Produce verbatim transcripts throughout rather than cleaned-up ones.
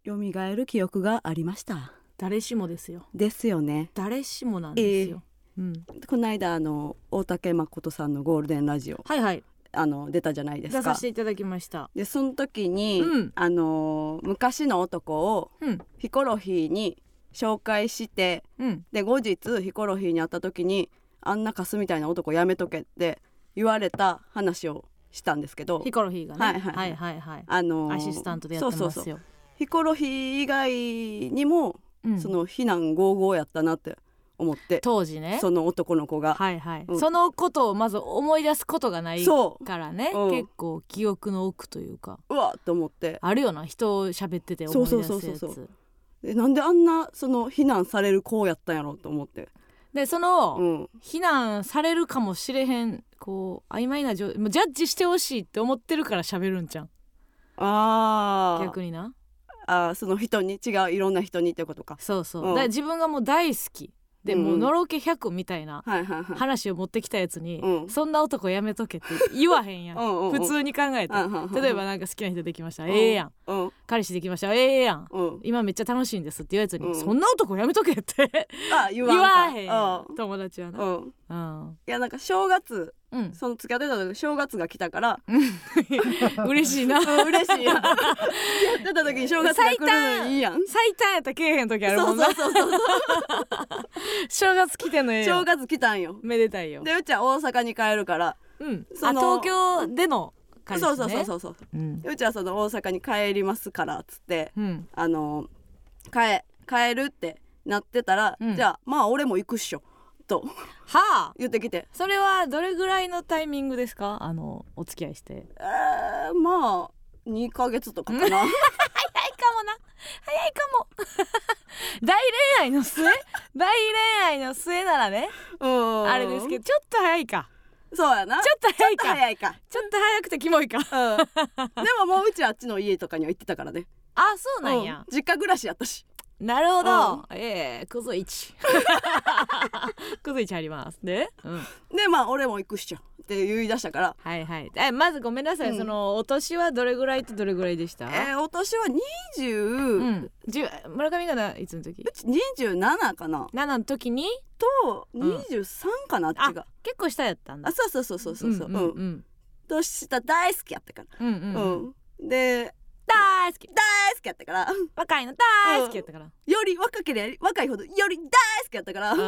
蘇る記憶がありました。 誰しもですよ。 ですよね。 誰しもなんですよ、えーうん、 この間あの大竹誠さんのゴールデンラジオ、 はいはい、 あの出たじゃないですか。 出させていただきました。 でその時に、 うん、 あの昔の男をヒコロヒーに紹介して、うん、で後日ヒコロヒーに会った時にあんなカスみたいな男やめとけって言われた話をしたんですけど、 ヒコロヒーがね、 はいはいはい、はいはい、あのー、 アシスタントでやってますよ。そうそうそう、 ヒコロヒー以外にも、うん、その非難合々やったなって思って、 当時ね、 その男の子が、 はいはい、うん、そのことをまず思い出すことがないからね、うん、結構記憶の奥というか、 うわっと思って、 あるよな、人を喋ってて思い出すやつ。そうそうそうそう、 でなんであんなその非難される子やったんやろと思って、 でその、うん、非難されるかもしれへんこう曖昧なジャッジしてほしいって思ってるから喋るんじゃん。あー、逆にな、 あ、その人に違ういろんな人にってことか。 そうそう、うん、だ自分がもう大好きで、うん、もうのろけひゃくみたいな話を持ってきたやつに、うん、そんな男やめとけって言わへんやんうんうん、うん、普通に考えて、うんうん、例えばなんか好きな人できました、うん、ええやん、うん、彼氏できました、ええやん、うん、今めっちゃ楽しいんですっていうやつに、うん、そんな男やめとけってあ言わんか、言わへんやん、うん、友達はな、うんうん、いやなんか正月、うん、その付き合ってた時正月が来たから嬉しいな、うん、 嬉しいやってた時に正月が来るのいいやん。 最短やったらけえへん時あるもんな。そうそうそうそう正月来てんのええよ。 正月来たんよ。 めでたいよ。 でうちは大阪に帰るから、 うん、そのあ東京での彼氏ね。 そうそうそうそう、うん、うちはその大阪に帰りますからっつって、うん、あの帰帰るってなってたら、うん、じゃあまあ俺も行くっしょとはあ言ってきて。 それはどれぐらいのタイミングですか、あのお付き合いして。 えー、まあにかげつとかかな早いかもな、早いかも大恋愛の末大恋愛の末ならね、うんあれですけど、ちょっと早いか。 そうやな、 ちょっと早いか、 ちょっと早いか、 ちょっと早くてキモいか、うん、でももううちはあっちの家とかには行ってたからね。 あ、そうなんや、 うん、実家暮らしやったし。 なるほど、うん、ええー、クズいちクズいちありますね、うん、 でまあ俺も行くっしょって言い出したから、 はいはい、えまずごめんなさい、うん、そのお年はどれぐらいとどれぐらいでした。 えー、お年はにじゅう、うん、 村上がいつの時。 うちにじゅうななかな、 ななの時にとにじゅうさんかな、うん、あっちが結構下やったんだ。 あ、そうそうそうそうそうそう、うんうんうん、年下大好きやったから、うんうんうん、で大好き大好きやったから若いの大好きやったから、うん、 より若ければ若いほどより大好きやったから、うんうん、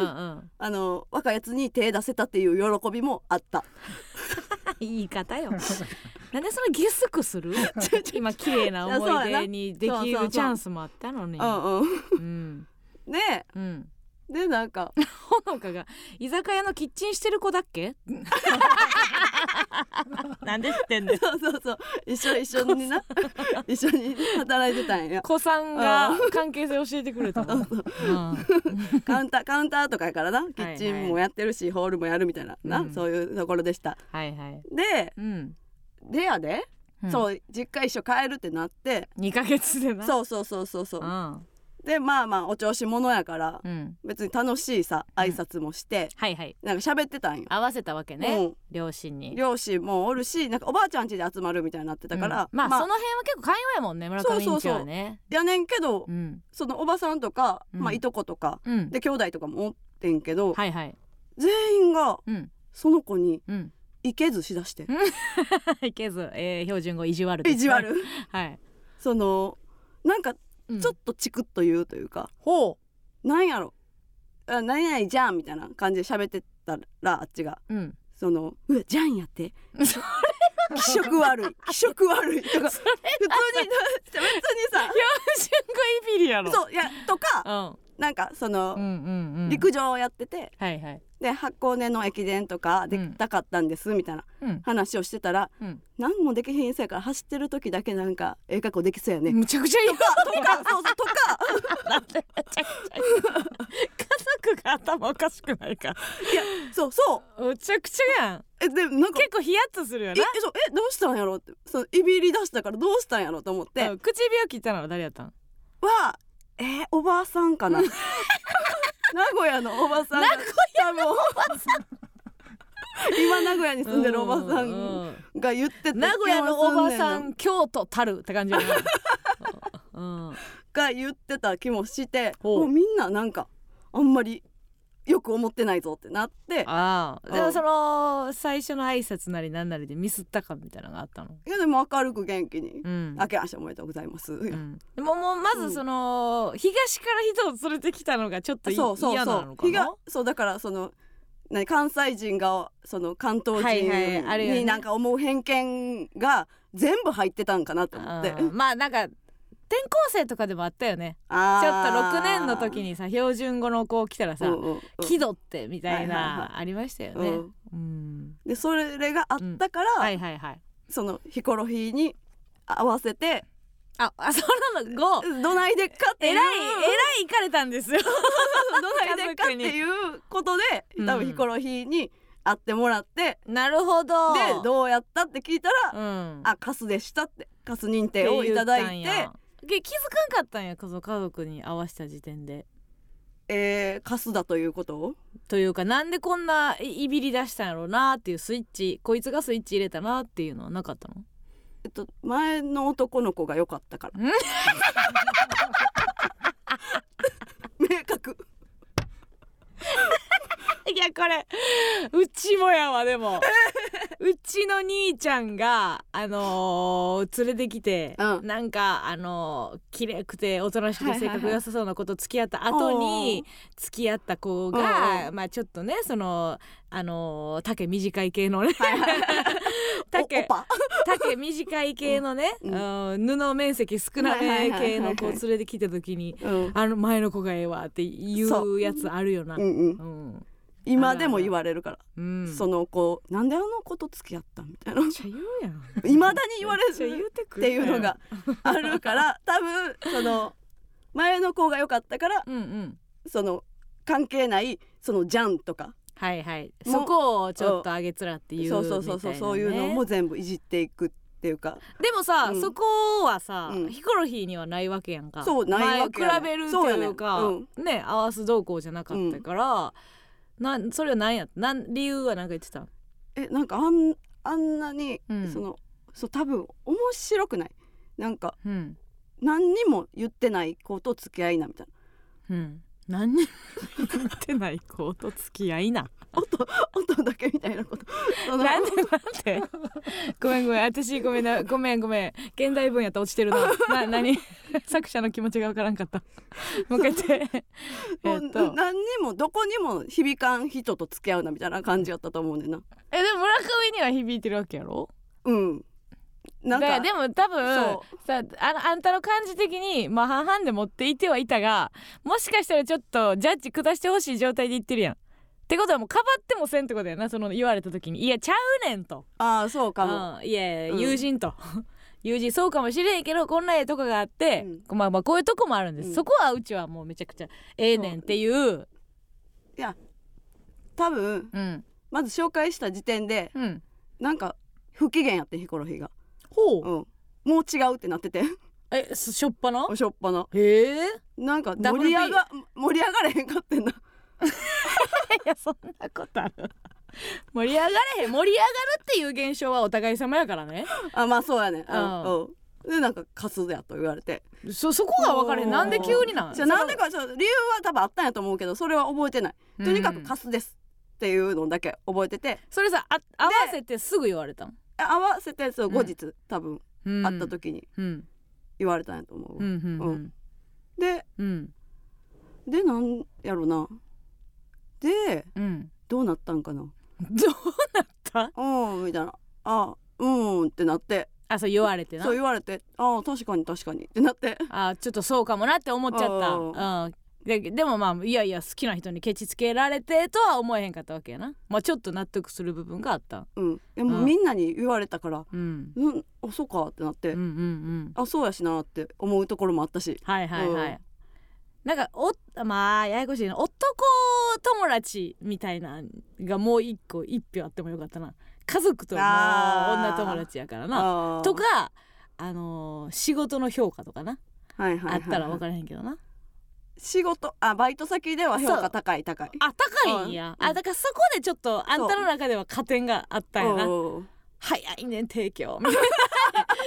あの若いやつに手出せたっていう喜びもあった言い方よなんでそれゲスクする今綺麗な思い出にできるチャンスもあったのに。うんうん、 うん、ねえ、うんでなんかほのかが居酒屋のキッチンしてる子だっけなんで知ってんねん。 そうそうそう、一緒一緒にな一緒に働いてたんや。 子さんが関係性教えてくれたの、うん、 カウンターカウンターとかやからな、キッチンもやってるし、はいはい、ホールもやるみたいな、うん、そういうところでした、はいはい、で、うん、でやで、うん、そう実家一緒帰るってなってにかげつでな。 そうそうそうそうそう、うんでまあまあお調子者やから、うん、別に楽しいさ挨拶もして、うん、はいはい、なんか喋ってたんよ。 合わせたわけね、うん、両親に。両親もおるし、なんかおばあちゃん家で集まるみたいになってたから、 うん、まあ、まあ、その辺は結構寛容やもんね、村上んちはね。そうそうそうやねんけど、うん、そのおばさんとか、まあ、いとことか、うん、で兄弟とかもおってんけど、はいはい、全員がその子にいけずしだして、 いけず、えー、標準語意地悪です、ね、 意地悪はいそのなんかちょっとチクッと言うというか、ほうなんやろあ何々じゃんみたいな感じで喋ってたら、あっちが、うん、そのうわじゃんやって気色悪い気色悪いとか普通に別にさ標準語いびりやろ。 そういやとか、うんなんかその、うんうんうん、陸上をやってて、はいはい、で箱根の駅伝とかできたかったんですみたいな話をしてたら、うん、何もできへんせやから走ってる時だけなんかええ格好できそうやねむちゃくちゃいいとかとかそうそうとかなんでめちゃくちゃいい家族が頭おかしくないか。 いやそうそうむちゃくちゃやん。 えでなんか結構ヒヤッとするよな。 えそうえどうしたんやろってそのいびり出したからどうしたんやろと思って、 うん、唇切ったのは誰やったんはえー、おばあさんかな名古屋のおばさんが名古屋のおばさん今名古屋に住んでるおばさんが言ってた、 名古屋のおばさん京都たるって感じやな、うん、 が言ってた気もして、もうみんななんかあんまりよく思ってないぞってなって、 ああ、でもその最初の挨拶なりなんなりでミスったかみたいなのがあったの？ いやでも明るく元気に、うん、明けましておめでとうございます、うん、でももうまずその、うん、東から人を連れてきたのがちょっと嫌なのかな。そうそうそうそうだからその何関西人がその関東人になんか思う偏見が全部入ってたんかなと思って、 まあなんか転校生とかでもあったよね。ちょっとろくねんの時にさ標準語の子来たらさ、うんうんうん、気取ってみたいな、はいはいはい、ありましたよね、うんうん、 でそれがあったから、うんはいはいはい、そのヒコロヒーに合わせてああその後どないでっかっていうえらいえらい行かれたんですよどないでっかっていうことで多分ヒコロヒーに会ってもらって、 うん、なるほど。 でどうやったって聞いたら、うん、あカスでしたってカス認定をいただいて、 気づかんかったんや、こそ家族に合わせた時点で、 えー、カスだということというか、なんでこんないびり出したんやろうなっていうスイッチ、こいつがスイッチ入れたなっていうのはなかったの？ えっと前の男の子が良かったから明確いやこれうちもやわ。でもうちの兄ちゃんがあのー、連れてきて、うん、なんかあのー、綺麗くておとなしくて性格良さそうな子と付き合った後に付き合った子が、まあちょっとねそのあのー、丈短い系のね丈丈短い系のね、うん、布面積少なめ系の子を連れてきた時に、うん、あの前の子がええわっていうやつあるよな。うんうんうん今でも言われるから、うん、その子なんであの子と付き合ったみたいなめっちゃ言うやん未だに言われるっていうのがあるから多分その前の子が良かったから、うんうん、その関係ないそのジャンとかはいはいそこをちょっと上げつらっていうみたいな、ね、 そうそうそうそうそういうのも全部いじっていくっていうか。 でもさ、うん、そこはさ、うん、ヒコロヒーにはないわけやんか。 そうないわけや、ね、 比べるというかう、ねうん、ね合わす動向じゃなかったから、うんなそれは何やなん理由は何か言ってた？ えなんかあんあんなに、うん、そのそう多分面白くないなんか、うん、何にも言ってない子と付き合いなみたいな、うん、何にも言ってない子と付き合いな音音だけみたいなことなんでなんでごめんごめん私ごめんなごめんごめん現代文やったら落ちてるなな何作者の気持ちがわからんかったもう一回言ってえっと何にもどこにも響かん人と付き合うなみたいな感じやったと思うねんな。 えでも村上には響いてるわけやろ。 うんなんかでも多分さ あ, のあんたの感じ的にまあ半々で持っていてはいたがもしかしたらちょっとジャッジ下してほしい状態で言ってるやんってことはもうかばってもせんってことやな。その言われた時にいやちゃうねんと。 ああそうかも、 うん、いや友人と、うん、友人そうかもしれんけどこんなええとこがあって、うん、まあまあこういうとこもあるんです、うん、そこはうちはもうめちゃくちゃええねんっていう。 いや多分、うん、まず紹介した時点で、うん、なんか不機嫌やってヒコロヒーがほう、 うん、もう違うってなっててえしょっぱなしょっぱなへえなんか盛り上が盛り上がれへんかってんないやそんなことある盛り上がれへん盛り上がるっていう現象はお互い様やからねあまあそうやね、うんうん、でなんかカスやと言われてそ, そこが分かれへんなんで急になんじゃなんでか理由は多分あったんやと思うけどそれは覚えてない。とにかくカスですっていうのだけ覚えててそれさあ合わせてすぐ言われたん合わせてそう後日、うん、多分、うん、会った時に言われたんやと思う、うんうんうん、で、うん、でなんやろなで、うん、どうなったんかなどうなったうんみたいなあうんってなってあそう言われてなそう言われてあ確かに確かにってなってあちょっとそうかもなって思っちゃった、うん、で, でもまあいやいや好きな人にケチつけられてとは思えへんかったわけやな。まあちょっと納得する部分があった。 うんでも、うん、みんなに言われたから、うん、うん、あそうかってなって、うんうんうん、あそうやしなって思うところもあったしはいはいはい、うん、なんかおまあややこしいな男友達みたいながもう一個一票あってもよかったな。家族とも女友達やからなとかあのー、仕事の評価とかな、はいはいはいはい、あったら分からへんけどな。 仕事あバイト先では評価高い高いあ高いんや、うん、あだからそこでちょっとあんたの中では加点があったんやな。早いねん提供みたいな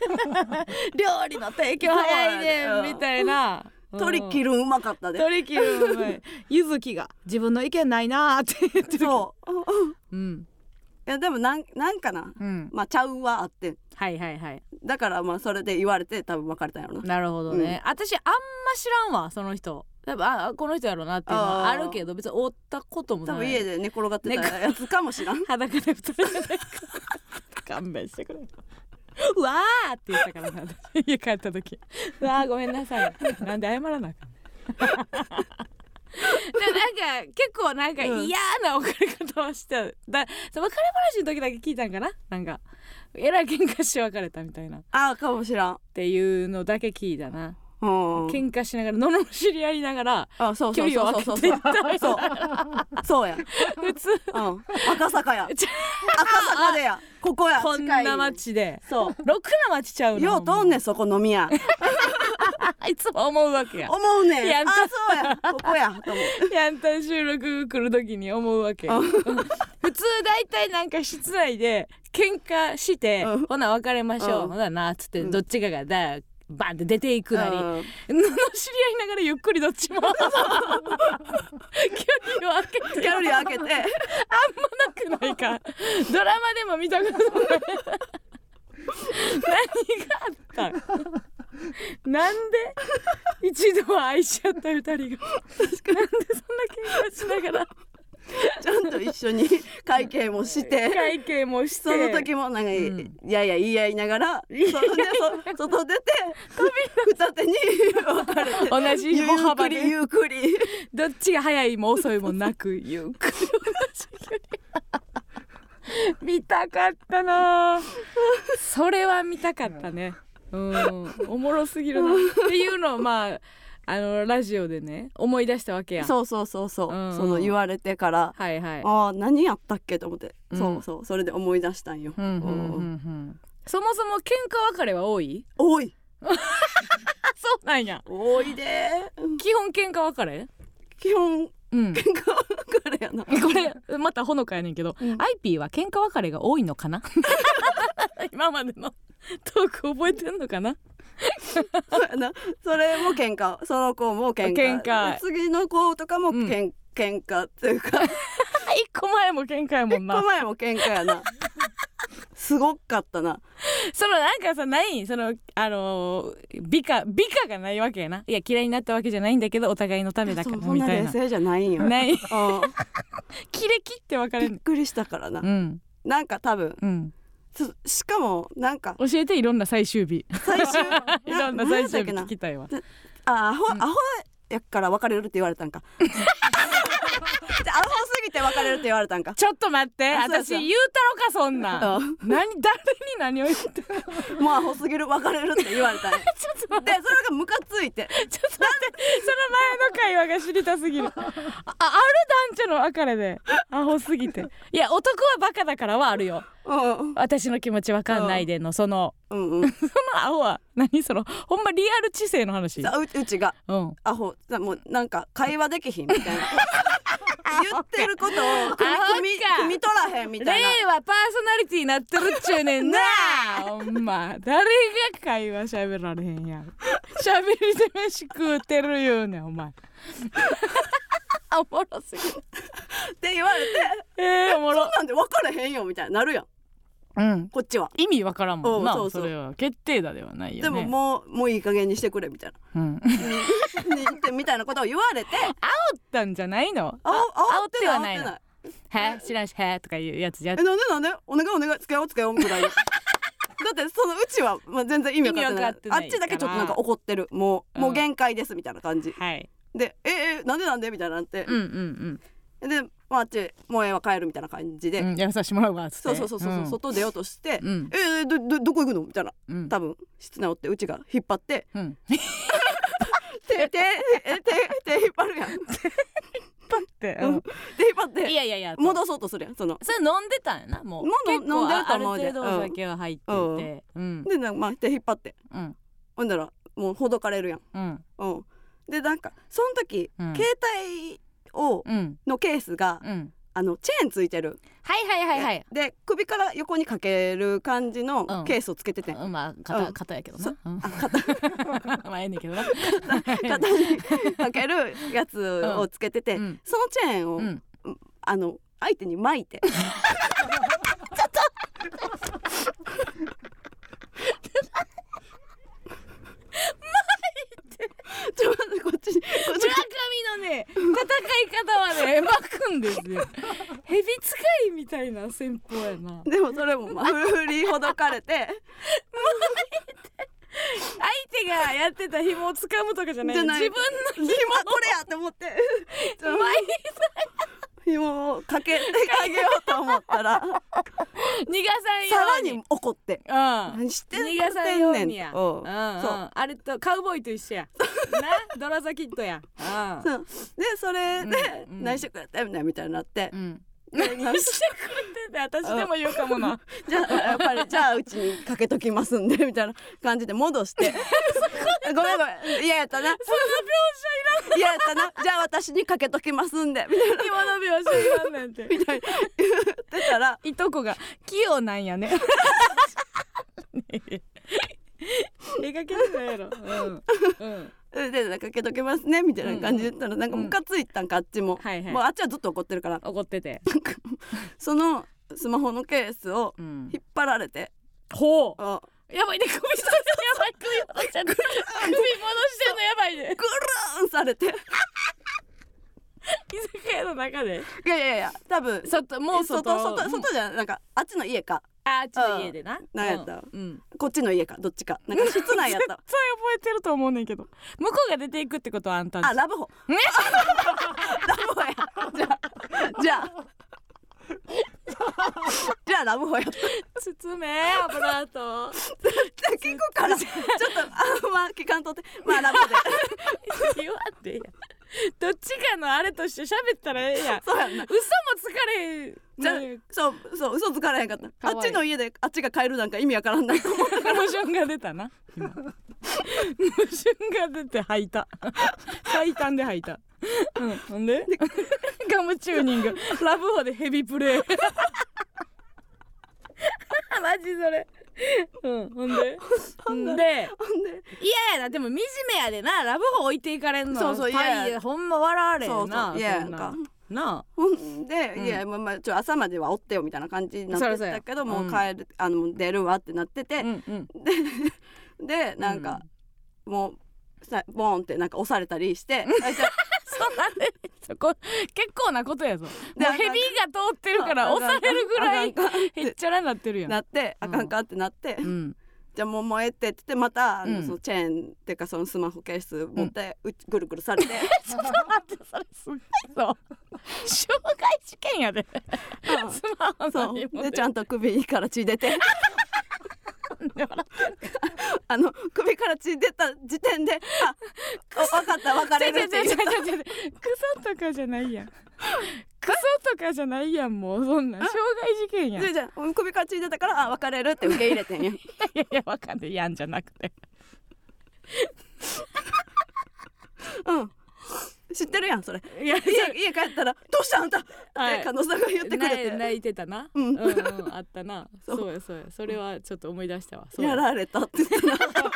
料理の提供早いねみたいな、 鳥切るうまかったで。 鳥切るうまい。ゆずきが自分の意見ないなって言ってる。 そう、 うん、 いやでもなんなんかな、うん、まあちゃうはあって、 はいはいはい、 だからまあそれで言われて多分別れたんやろな。 なるほどね、うん、私あんま知らんわその人。多分あこの人やろうなっていうのはあるけど別に追ったこともない。 多分家で寝転がってたやつかもしらん。 裸で太るじゃないか。勘弁してくれ。うわーって言ったからな家帰った時。うわーごめんなさい。なんで謝らなあかん。でなんか結構なんか嫌な別れ方をした。だその別れ話の時だけ聞いたんかな。なんかえらい喧嘩して別れたみたいな。 あーかもしらんっていうのだけ聞いたな。うん、喧嘩しながら罵り合いながら距離を空けていったみたいな。 そうや普通、 うん、赤坂や赤坂でやここやこんな街でそうろくな街ちゃうのようとんねんそこ飲み屋。 いつも思うわけや。 思うねん。やんたあそうやここやと思う。 やんた収録来る時に思うわけ。普通だいたいなんか室内で喧嘩して、うん、ほな別れましょう、うん、ほななっつってどっちかがだバンって出ていくなり、うん、の知り合いながらゆっくりどっちも距離を空けて距離を空けてあんまなくないか。ドラマでも見たことない。何があったなんで一度は愛し合った二人がなんでそんな喧嘩しながらちゃんと一緒に会計もして会計もしてその時もなんか、うん、いやいや言い合いながらそでそ外出て二手に分かれて同じ歩幅でゆっくりゆっくりどっちが早いも遅いもなくゆっくり見たかったな。それは見たかったね。うんおもろすぎるなっていうのをまああのラジオでね思い出したわけや。 そうそうそうそう、うんうん、その言われてからはいはいあ何やったっけと思って、うん、そうそうそれで思い出したんよ、うんうんうんうん、 そもそも喧嘩別れは多い？ 多いそうなんや。 多いで基本喧嘩別れ？ 基本うん、 喧嘩別れやな。 これまたほのかやねんけど、うん、アイピーは喧嘩別れが多いのかな。今までのトーク覚えてんのかな。 そうやな。それも喧嘩、その子も喧嘩、 喧嘩次の子とかもけん、うん、喧嘩っていうか一個前も喧嘩やもんな。 一個前も喧嘩やな。すごかったな。 そのなんかさないそのあのー、美化美化がないわけやな。いや嫌いになったわけじゃないんだけどお互いのためだからみたいな。 そんな冷静じゃないんよ。 ない。キレキって分かれる。 びっくりしたからな。 うん、なんか多分、うん、しかもなんか教えていろんな最終日。 最終いろんな最終日聞きたいわ。 あアホ、うん、アホやから別れるって言われたんか。アホすぎて別れるって言われたんか。 ちょっと待って私言うたろかそんな、うん、何誰に何を言ってるもうアホすぎる別れるって言われたんや。ちょっと待ってでそれがムカついてちょっと待ってその前の会話が知りたすぎる。あある男女の別れでアホすぎていや男はバカだからはあるよ、うん、私の気持ちわかんないでのその、うんうん、そのアホは何そのほんまリアル知性の話。 う, うちが、うん、アホもうなんか会話できひんみたいな言ってることを汲み汲み取らへんみたいな。 令和パーソナリティになってるっちゅうねんな。ほんま誰が会話しゃべられへんやん。しゃべりで飯食うてる言うねんお前。おもろすぎるって言われてえー、おもろそんなんで分からへんよみたいになるやん。うん、こっちは意味わからんもんな。そうそうそれは決定打ではないよね。 でももうもういい加減にしてくれみたいな、うん、みたいなことを言われて煽ったんじゃないの。 あ煽ってはないの。へ知らんしへとかいうやつじゃえなんでなんでお願いお願いつけようつけようぐらいだってそのうちは、まあ、全然意味分かってない。ってないあっちだけちょっとなんか怒ってるもう、うん、もう限界ですみたいな感じ、はい、でええなんでなんでみたいなって、うんうんうん、でまあ、あっちもうええわ帰るみたいな感じで、 うん、やらさせてもらうわっつってそうそうそうそう、うん、外出ようとして、うん、えー、ど, ど, どこ行くのみたいな、うん、多分室内おってうちが引っ張って、うん、手手手手引っ張るやん。手引っ張って、うん、 手引っ張っていやいやいや戻そうとするやん。そのそれ飲んでたんやなもう結構ある程度お酒は入ってて、うんうん、 でなんか、まあ、手引っ張って、うん、ほんだらもうほどかれるやん、うんうん、でなんかその時、うん、携帯を、うん、のケースが、うん、 あのチェーンついてる、 はいはいはいはい、 で首から横にかける感じのケースをつけてて、 うんうん、まあ肩、肩やけどな、うん、 あ肩まあええねんけどな肩にかけるやつをつけてて、うん、そのチェーンを、うん、あの相手に巻いてちょっとちょっと待ってこっちに村上のね戦い方はね巻くんですよ蛇使いみたいな戦法やな。 でもそれもまあ振りほどかれて相手がやってた紐を掴むとかじゃない、自分の紐これやって思って紐をかけてあげようと思ったら逃がさんようにさらに怒って、 うん、何してんねん、逃がさんようにや、うんうん、そうあれとカウボーイと一緒やなドラザキッドや、うん、 そうでそれで、うんうん、何してくれてみたいみたいになって、うん、 何してくれてって私でも言うかもなじゃあやっぱりじゃあうちにかけときますんでみたいな感じで戻してごめんごめん嫌やったな、 そんな描写いらん嫌やったな、じゃあ私にかけときますんでみたいな、 今の描写いらんねんてみたいな言ってたらいとこが器用なんやね描けるのやろ、うんうんでかけとけますねみたいな感じで言ったら、なんかムカついたんかあっちも、はいはい、もうあっちはずっと怒ってるから怒っててそのスマホのケースを引っ張られて、 うん、ほうやばいね、首戻してやばい首戻しちゃって首戻してんのやばいね、 グルーンされて居酒屋の中で、 いやいやいや多分外もう外外外外じゃなんかあっちの家か、 あっちの家でな、 なんやった、うん、こっちの家かどっちか、なんか室内やった絶対覚えてると思うねんけど、向こうが出ていくってことはあんたんち、 あラブホねラブホやじゃあじゃあじゃあラブホや包め油と聞くからちょっとあんま聞かんとってまあラブホで言わんでやどっちかのあれとして喋ったらええやん、 そうやんな、 嘘もつかれへんじゃそうそう嘘つかれへんかった、あっちの家であっちが帰るなんか意味わからんないと思ったから矛盾が出たな今矛盾が出て吐いた最短で吐いた、うん、ほんでガムチューニングラブホでヘビプレイマジそれうん、ほんでほんでいやいやな、でも惨めやでな、ラブホ置いていかれんの、 そうそう、いやいやほんま笑われんな、 そうそういやんかなあ、 ほんで、うん、いやまあまあちょ朝まではおってよみたいな感じになってたけど、もう帰る、あの出るわってなってて、うんうん、ででなんか、うん、もうさボーンってなんか押されたりしてそんなね、そこ結構なことやぞ、もうヘビが通ってるから押されるぐらいへっちゃらになってるやん、 なってあかんかってなって、うん、じゃあもう燃えてって言ってまた、うん、そのチェーンっていうかそのスマホケース持って、うん、ぐるぐるされてちょっと待って、それすごいそう傷害事件やで、うん、スマホそうでちゃんと首から血出てあの首から血出た時点であ分かった別れるって言ったクソとかじゃないやんクソとかじゃないやん、もうそんな傷害事件やん、 じゃあ首から血出たからあ別れるって受け入れてんやいやいや分かんないやんじゃなくてうん知ってるやんそれ、いや家, 家帰ったらどうしたあんたって加納さんが言ってくれて泣いてたな、うん、うんうんあったなそうやそうや、それはちょっと思い出したわ、 やられたって言って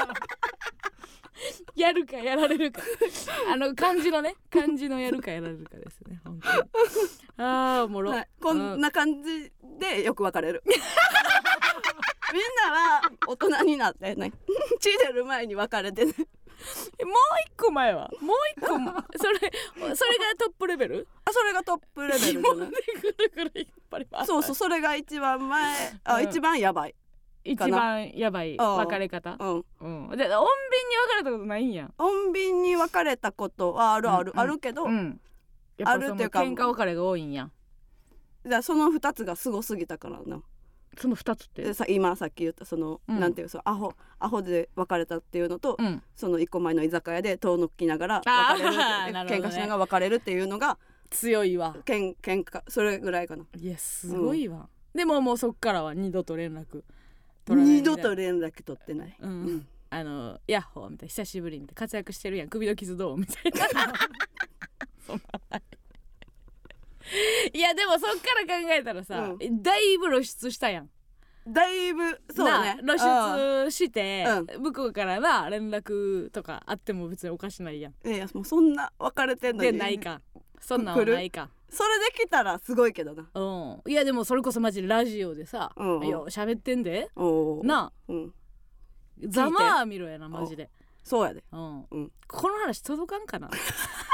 やるかやられるかあの漢字のね漢字のやるかやられるかですね本当にあーおもろ、はい、 こんな感じでよく別れるみんなは大人になってね血出る前に別れてねもう一個前はもう一個もそれそれがトップレベル、 あそれがトップレベルじゃない、 ぐるぐる引っ張ります、 そうそうそれが一番前あ、うん、一番やばい一番やばい別れ方、うん、うん、で穏便に別れたことないんや、 穏便に別れたことはあるある、うん、あるけど、うん、 あるっていうか喧嘩別れが多いんや、 じゃあその二つがすごすぎたからな、 そのふたつってでさ今さっき言ったその、うん、なんていうそのアホアホで別れたっていうのと、うん、その一個前の居酒屋で遠のきながら別れる、ね、喧嘩しながら別れるっていうのが強いわ、 けん喧嘩それぐらいかな、 いやすごいわ、うん、でももうそっからは二度と連絡二度と連絡取ってない、 うんうん、あのヤッホーみたいな久しぶりに活躍してるやん首の傷どうみたいなそんないやでもそっから考えたらさ、うん、だいぶ露出したやん。 だいぶそうだね露出して、うん、向こうからな連絡とかあっても別におかしないやん。 いやもうそんな別れてんのにでないかそんなんはないか。 それできたらすごいけどな。 うん、いやでもそれこそマジでラジオでさ、うんうん、いや喋ってんでなあ、うん、ざまあみろやなマジで。 そうやで、 うんうん、この話届かんかなこ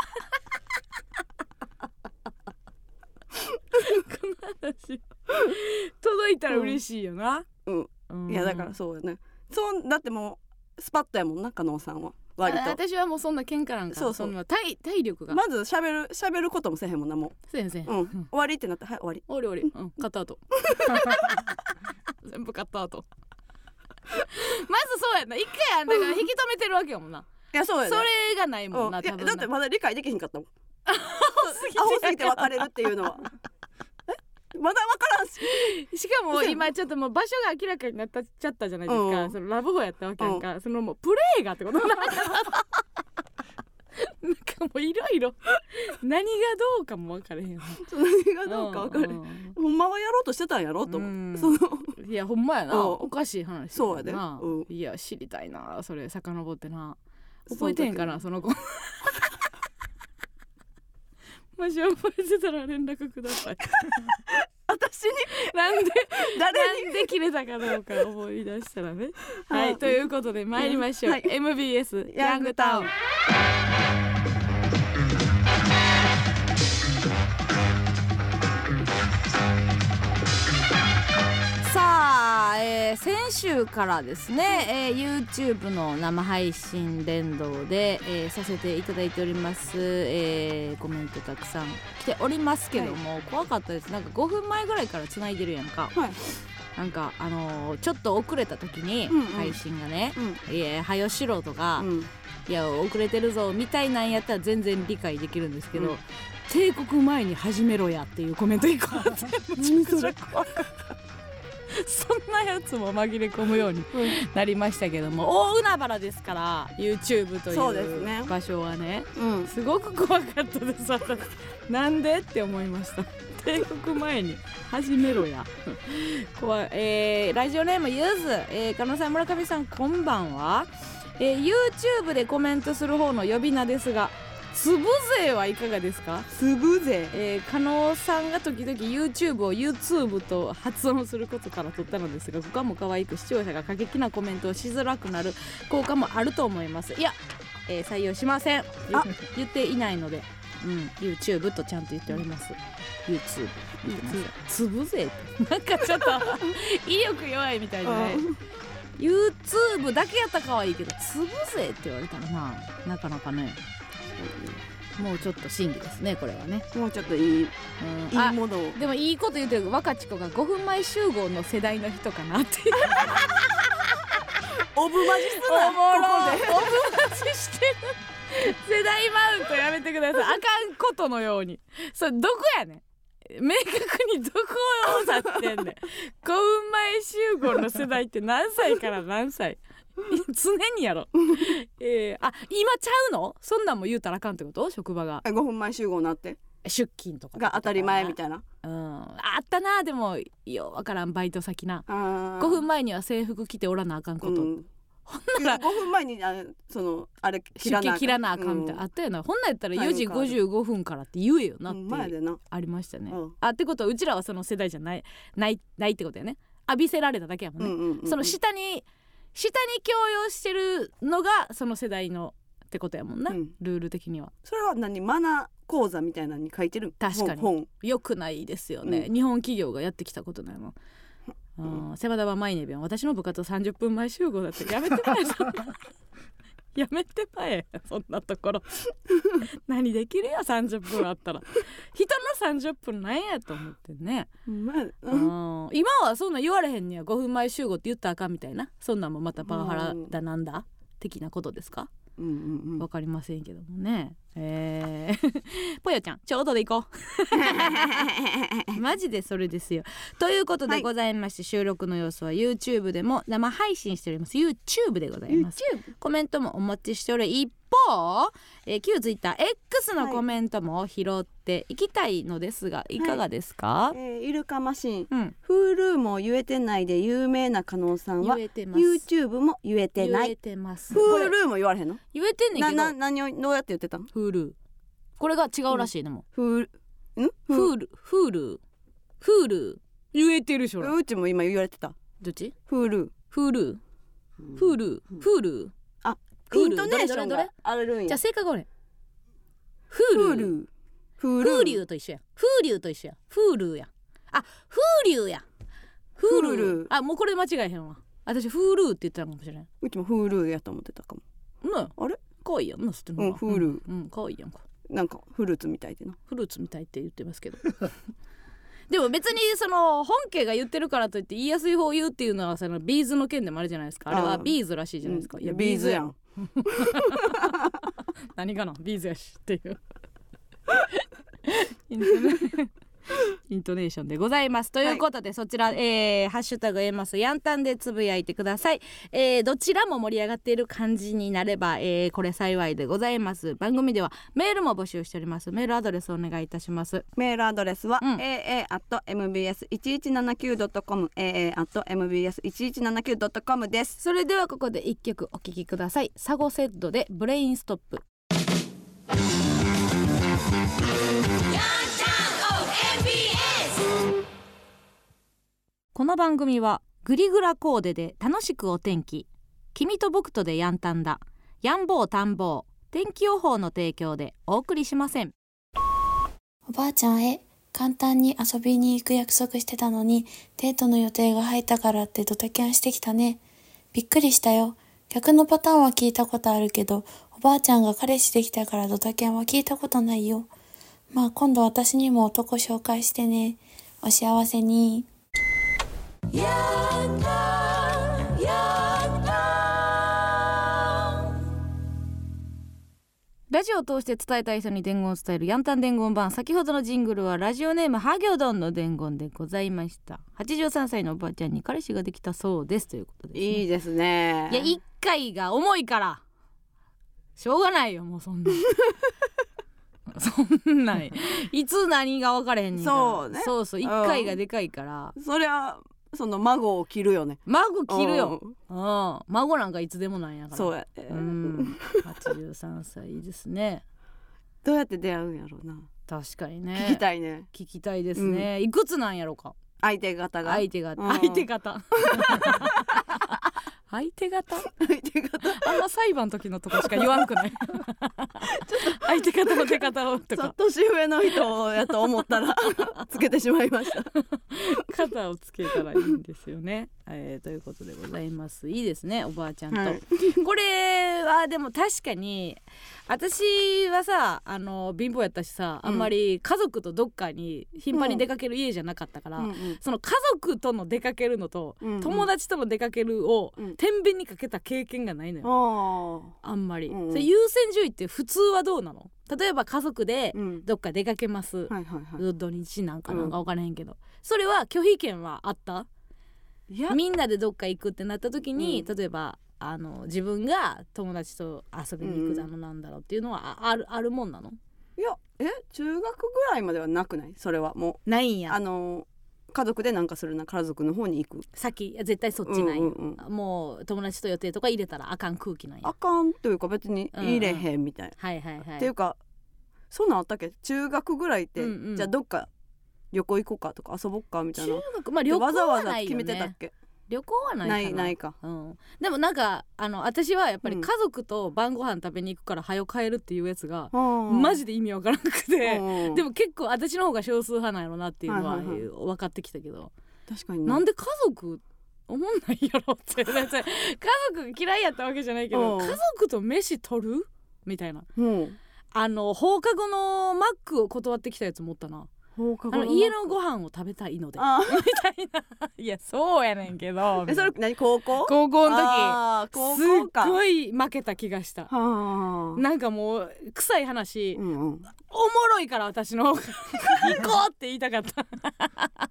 の話届いたら嬉しいよな、 うんうん、いやだからそうよね。そうだってもうスパッとやもんな加納さんは割と。 私はもうそんな喧嘩なんかそうそうそんな 体, 体力がまず喋る喋ることもせへんもんな。もうせへんせへん、 うんうん、終わりってなったらはい終わり終わり終わり、うん、カットアウト全部カットアウトまずそうやな一回あんだから引き止めてるわけやもんな。 いやそうやね、 それがないもんな、うん、多分な。 だってまだ理解できひんかったもんアホすぎて別れるっていうのはえまだ分からんししかも今ちょっともう場所が明らかになっちゃったじゃないですか、うん、そのラブホやったわけやんか、うん、そのもうプレイがってことなんかもういろいろ何がどうかも分からへんよ何がどうか分からへん、うんうん、ほんまはやろうとしてたんやろと思う、うん、そのいやほんまやな、うん、おかしい話そうやで、うん、 いや知りたいなそれ遡ってな。覚えてんかなその子もし覚えてたら連絡ください私になんで誰になんで切れたかどうか思い出したらねはい、はい、ということで参りましょう、はい、エムビーエス ヤングタウン。さあ、えー、先週からですね、えー、YouTube の生配信連動で、えー、させていただいております、えー、コメントたくさん来ておりますけども、はい、怖かったです。なんかごふんまえぐらいから繋いでるやんか、はい、なんかあのー、ちょっと遅れた時に、うんうん、配信がね、うん、いやはよしろとか、うん、いや遅れてるぞみたいなんやったら全然理解できるんですけど、うん、帝国前に始めろやっていうコメントいっこあってめちゃくちゃ怖かったそんなやつも紛れ込むようになりましたけども、うん、大海原ですから YouTube という場所は ね, す, ね、うん、すごく怖かったです私なんでって思いました。帝国前に始めろや怖い、えー、ラジオネームゆず、えー、加納さん村上さんこんばんは、えー、YouTube でコメントする方の呼び名ですがつぶ勢はいかがですか？ つぶ勢、 えー、加納さんが時々 YouTube を YouTube と発音することから取ったのですが、他も可愛く視聴者が過激なコメントをしづらくなる効果もあると思います。いや、えー、採用しません。言っていないので、うん、YouTube とちゃんと言っております。YouTube つぶ勢ってなんかちょっと威力弱いみたいでねYouTube だけやったら可愛いけどつぶ勢って言われたらななかなかねもうちょっと審議ですねこれはね。 もうちょっといい、うん、いいものを。 でもいいこと言ってる若ち子がごふんまえ集合の世代の人かなっていうオブマジすなおもろいオブマジしてる世代マウントやめてください。あかんことのようにそれどこやねん明確にどこを指ってんねんごふんまえ集合の世代って何歳から何歳常にやろ、えー、あ今ちゃうのそんなんも言うたらあかんってこと職場がごふんまえ集合になって出勤とかが当たり前みたいな、 うん、あったな。でもようわからんバイト先なごふんまえには制服着ておらなあかんこと、うん、ほんならごふんまえにあそのあれ切らなあかん、切らなあかんみたいな、うん、あったよな。ほんなんやったらよじごじゅうごふんからって言えよなってありましたね、うん、あってことはうちらはその世代じゃないないないってことやね。浴びせられただけやもんね、うんうんうんうん、その下に下に強要してるのがその世代のってことやもんな、うん、ルール的には。 それは何マナー講座みたいなのに書いてる。 確かによくないですよね、うん、日本企業がやってきたことないもん、うん、セバダバマイネビョン私の部活さんじゅっぷんまえ集合だってやめてまえそんなやめてまえそんなところ何できるよさんじゅっぷんあったら人のさんじゅっぷんなんやと思ってね、まあうん、今はそんな言われへんにはごふんまえ集合って言ったらあかんみたいなそんなんもまたパワハラだなんだ的なことですか？うんうんうん、分かりませんけどもね、えー、ぽよちゃんちょうどで行こうマジでそれですよ。ということでございまして、はい、収録の様子は YouTube でも生配信しております。 YouTube でございます。 コメントもお待ちしており、いっ方、えー、旧ツイッター X のコメントも拾っていきたいのですが、はい、いかがですか？ はい、えー、イルカマシン、うん、Hulu も言えてないで有名な加納さんは YouTube も言えてない。 言えてます。 Hulu も言われへんの？ 言えてんねんけどなな何をどうやって言ってたん？ Hulu これが違うらしいのも、 うん、Hulu ん Hulu Hulu Hulu 言えてるでしょ。 うちも今言われてた。 どっち？ Hulu Hulu Hulu Hulu あ、イントネーションがあるんや。 じゃあ正解が俺 Hulu Hulu と一緒や。Hulu と一緒や。Hulu や。あ、Hulu や。Hulu あ、もうこれで間違えへんわ。私 Hulu って言ってたかもしれない。 うちも Hulu やと思ってたかも。 ね、 あれかわいいやんな、知ってるの。 うん、Hulu うん、かわいいやんか。 なんかフルーツみたいでな。 フルーツみたいって言ってますけどでも別にその本家が言ってるからといって言いやすい方を言うっていうのはそのビーズの件でもあるじゃないですか。あれはビーズらしいじゃないですか。 いやビーズやん何かなビーズやしっていうイントネーションでございますということで、はい、そちら、えー、ハッシュタグエマスヤンタンでつぶやいてください。えー、どちらも盛り上がっている感じになれば、えー、これ幸いでございます。番組ではメールも募集しております。メールアドレスお願いいたします。 メールアドレスは、うん、エーエー アット エムビーエス いちいちななきゅう ドット コム エーエー アット エムビーエス いちいちななきゅう ドット コム です。 それではここでいっきょくお聴きください。サゴセッドでブレインストップ。この番組はグリグラコーデで楽しくお天気、君と僕とでヤンタンだ、ヤンボータンボー天気予報の提供でお送りしません。 おばあちゃんへ簡単に遊びに行く約束してたのにデートの予定が入ったからってドタキャンしてきたね。びっくりしたよ。逆のパターンは聞いたことあるけど、おばあちゃんが彼氏できたからドタキャンは聞いたことないよ。まあ今度私にも男紹介してね。お幸せに。やったやったラジオを通して伝えたい人に伝言を伝えるヤンタン伝言版。先ほどのジングルはラジオネームハギョドンの伝言でございました。はちじゅうさんさいのおばあちゃんに彼氏ができたそうですということですね。 いいですね。 いやいっかいが重いからしょうがないよ。もうそんなそんないいつ何が分かれへんねんから。 そうね。 そうそういっかいがでかいから、 うん、そりゃその孫を切るよね。 孫切るよ、うん、孫なんかいつでもなんやから。 そうや、えー、 うんはちじゅうさんさいですね。 どうやって出会うんやろうな。 確かにね。 聞きたいね。 聞きたいですね、うん、いくつなんやろか相手方が。 相手方、うん、相手方相手方相手方あんま裁判の時のとこしか言わんくない相手方の出方をとか年上の人やと思ったらつけてしまいました肩をつけたらいいんですよね、えー、ということでございます。いいですねおばあちゃんと、はい、これはでも確かに私はさあの貧乏やったしさ、うん、あんまり家族とどっかに頻繁に出かける家じゃなかったから、うんうん、その家族との出かけるのと、うんうん、友達との出かけるを、うん天秤にかけた経験がないのよ。あんまり、うんうん、それ優先順位って普通はどうなの？例えば家族でどっか出かけます、うんはいはいはい、土日なんかなんか分からへんけど、うん、それは拒否権はあった？いやみんなでどっか行くってなった時に、うん、例えばあの自分が友達と遊びに行くだのなんだろうっていうのは あ, あ, るあるもんなの？ いやえ中学ぐらいまではなくない？それはもうないんや。 あの家族でなんかするな家族の方に行く先絶対そっちない、うんうんうん、もう友達と予定とか入れたらあかん空気なんや。 あかんというか別に入れへんみたいな、 うんうん、はいはいはい。 っていうかそんなんあったっけ中学ぐらいって、うんうん、じゃあどっか旅行行こうかとか遊ぼっかみたいな。 中学、まあ、旅行はないよね。 わざわざ決めてたっけ？ 旅行はないかな。 ないないか、 うん、でもなんかあの私はやっぱり家族と晩ご飯食べに行くから早く帰るっていうやつが、うん、マジで意味わからなくて、うん、でも結構私の方が少数派なんやろなっていうのは、はいはいはい、分かってきたけど確かにな, なんで家族思んないやろって家族嫌いやったわけじゃないけど、うん、家族と飯取るみたいな、うん、あの放課後のマックを断ってきたやつもおったな。放課後のあの家のご飯を食べたいのでみたいないやそうやねんけどえそれ何高校高校の時あ高校かすっごい負けた気がした。なんかもう臭い話、うんうん、おもろいから私の方が行こうって言いたかった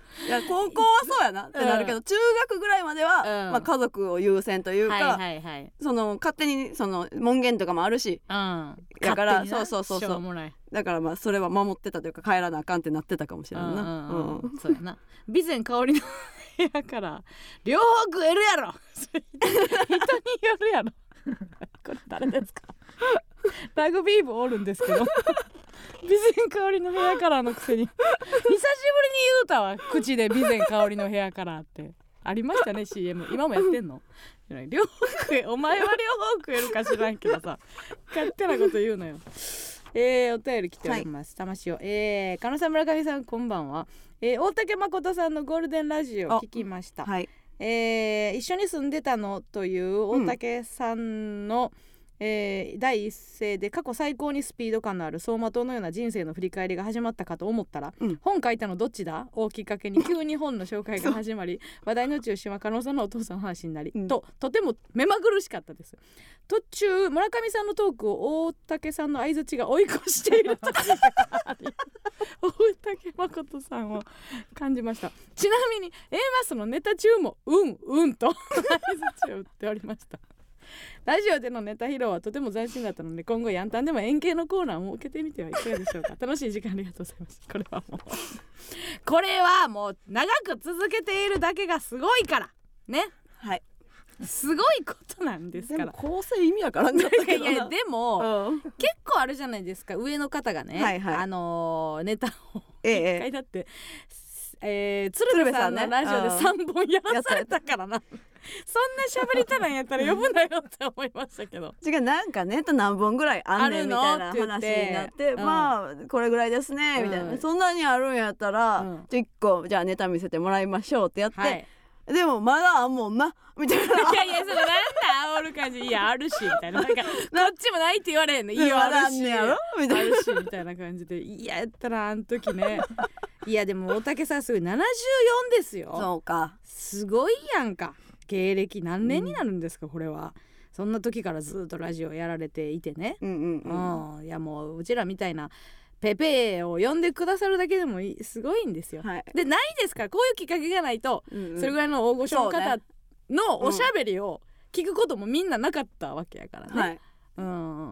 いや高校はそうやなってなるけど、うん、中学ぐらいまでは、うんまあ、家族を優先というか、はいはいはい、その勝手にその門限とかもあるし、うん、だからそうそうそうそうだからまあそれは守ってたというか帰らなあかんってなってたかもしれないな、うんうんうん、 そうやな備前香織の部屋から両方食えるやろ人によるやろこれ誰ですかラグビー部おるんですけど備前香織の部屋からのくせに久しぶりに言うたわ口で備前香織の部屋からってありましたね シーエム 今もやってんの両方食えお前は両方食えるか知らんけどさ勝手なこと言うのよ。えー、お便り来ております、はい、魂を、えー、加納さん村上さんこんばんは、えー、大竹誠さんのゴールデンラジオ聞きました、はいえー、一緒に住んでたのという大竹さんの、うんえー、第一声で過去最高にスピード感のある走馬灯のような人生の振り返りが始まったかと思ったら、うん、本書いたのどっちだをきっかけに急に本の紹介が始まり話題の中心は加納さんのお父さんの話になり、うん、ととても目まぐるしかったです。途中村上さんのトークを大竹さんの相づちが追い越している時があり大竹誠さんを感じました。ちなみに A マスのネタ中もうんうんと相づちを打っておりました。ラジオでのネタ披露はとても斬新だったので今後ヤンタンでも円形のコーナーを受けてみてはいかがでしょうか。楽しい時間ありがとうございました。これはもうこれはもう長く続けているだけがすごいからね。はいすごいことなんですから。でも構成意味わからんかったけどないやでも、うん、結構あるじゃないですか上の方がね、はいはい、あのー、ネタを一回だって、ええー、鶴瓶さんのラジオでさんぼんやらされたからなそんな喋りたらんやったら呼ぶなよって思いましたけど違うなんかネタ何本ぐらいあんねんみたいな話になってまあこれぐらいですねみたいな、うん、そんなにあるんやったら、うん、いっこじゃあネタ見せてもらいましょうってやって、はいでもまだあんもんなみたいないやいやそのなんだ煽る感じいやあるしみたいななんかこっちもないって言われへんのいやあるしみたいなあるしみたいな感じでいややったらあん時ねいやでも大竹さんすごいななじゅうよんですよ。 そうかすごいやんか芸歴何年になるんですか、うん、これはそんな時からずっとラジオやられていてね、うんうんうんうん、いやもううちらみたいなペペを呼んでくださるだけでもすごいんですよ、はい、でないですからこういうきっかけがないと、うんうん、それぐらいの大御所の方のおしゃべりを聞くこともみんななかったわけやからね、はいうん、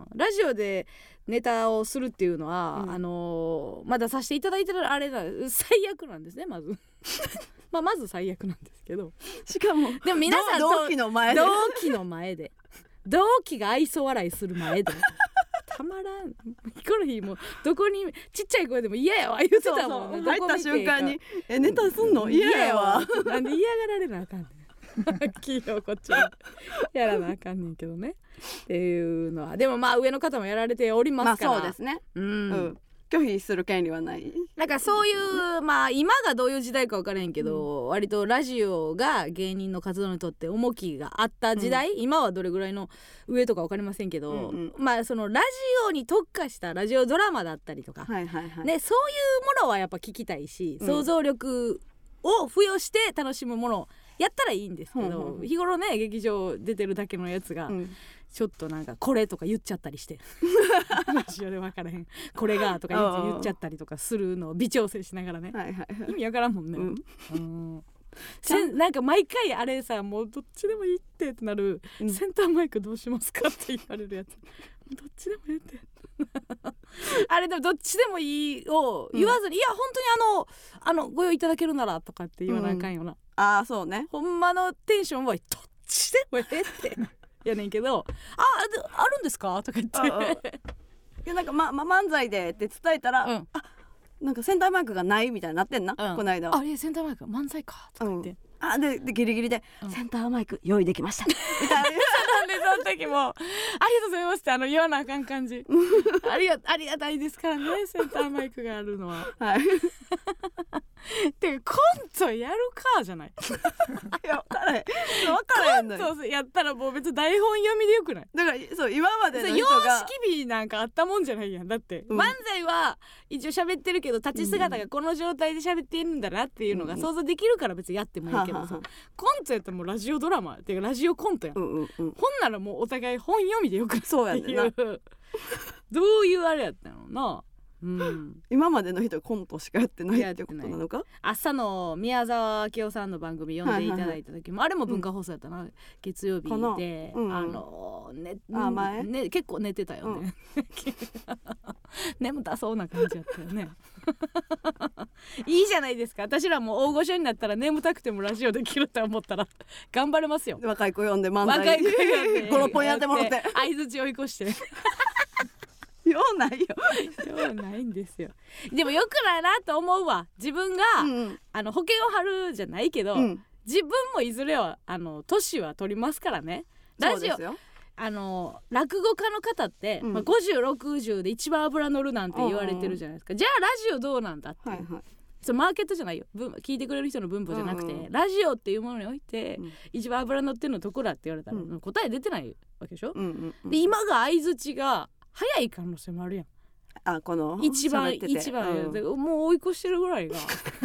ラジオでネタをするっていうのは、うん、あのー、まださせていただいてるあれだ最悪なんですねまずまあまず最悪なんですけどしかもでも皆さん同期の前で同期の前で同期が愛想笑いする前でたまらんヒコロヒーもどこにちっちゃい声でも嫌やわ言ってたもんね。 入った瞬間にえネタすんの嫌やわなんで嫌がられなあかんねん企業こっちはやらなあかんねんけどねっていうのはでもまあ上の方もやられておりますから、 まあ、そうですね、うんうん、拒否する権利はないなんかそういうまあ今がどういう時代か分からへんけど、うん、割とラジオが芸人の活動にとって重きがあった時代、うん、今はどれぐらいの上とか分かりませんけど、うんうん、まあそのラジオに特化したラジオドラマだったりとか、はいはいはいね、そういうものはやっぱ聞きたいし、うん、想像力を付与して楽しむものをやったらいいんですけど、うんうん、日頃ね劇場出てるだけのやつが、うんちょっとなんかこれとか言っちゃったりしてラジオで分からへんこれがとか言っちゃったりとかするのを微調整しながらね、はいはいはい、意味わからんもんね、うんうん、せなんか毎回あれさもうどっちでもいいってってなる、うん、センターマイクどうしますかって言われるやつどっちでもいいってあれでもどっちでもいいを言わずに、うん、いや本当にあのあのご用意いただけるならとかって言わなあかんよな、うん、 ああそうねほんまのテンションはどっちでもいいってやねんけどああるんですかとか言ってああいやなんか、まま、漫才でって伝えたら、うん、あなんかセンターマイクがないみたいになってんな、うん、この間あいやセンターマイク漫才かとか言って、うん、 あ で, でギリギリで、うん、センターマイク用意できましたみたいななんでその時もありがとうございますってあの言わなあかん感じありがありがたいですからねセンターマイクがあるのははいてかコントやるかじゃないいや分からへん分からへんのコントやったらもう別に台本読みでよくないだからそう今までの人が様式美なんかあったもんじゃないやんだって、うん、漫才は一応喋ってるけど立ち姿がこの状態で喋っているんだなっていうのが想像できるから別にやってもいいけどさ、うん、コントやったらもうラジオドラマっていうかラジオコントやん、うんうんうん、ほんならもうお互い本読みでよくないそうやねんなどういうあれやったのなううん、今までの人コントしかやってないってことなのか。 朝の宮沢明夫さんの番組読んでいただいた時も、はいはいはい、あれも文化放送やったな、うん、月曜日で、うん、あのねあ前ね結構寝てたよね、うん、眠たそうな感じやったよねいいじゃないですか。私らも大御所になったら眠たくてもラジオできるって思ったら頑張れますよ。 若い子呼んで漫才若い子呼んでごろっぽんやってもらって相づち追い越してようないよようないんですよ。でもよくないなと思うわ。自分が、うんうん、あの保険を張るじゃないけど、うん、自分もいずれはあの年は取りますからね。ラジオあの落語家の方って、うんまあ、ごじゅうろくじゅうで一番脂乗るなんて言われてるじゃないですか、うんうん、じゃあラジオどうなんだって、はいはい、それマーケットじゃないよ、聞いてくれる人の分母じゃなくて、うんうん、ラジオっていうものにおいて、うん、一番脂乗ってるのどこだって言われたら、うん、答え出てないわけでしょ、うんうんうん、で今が相づちが早い可能性もあるやん。 あこの一番一番、うん、もう追い越してるぐらいが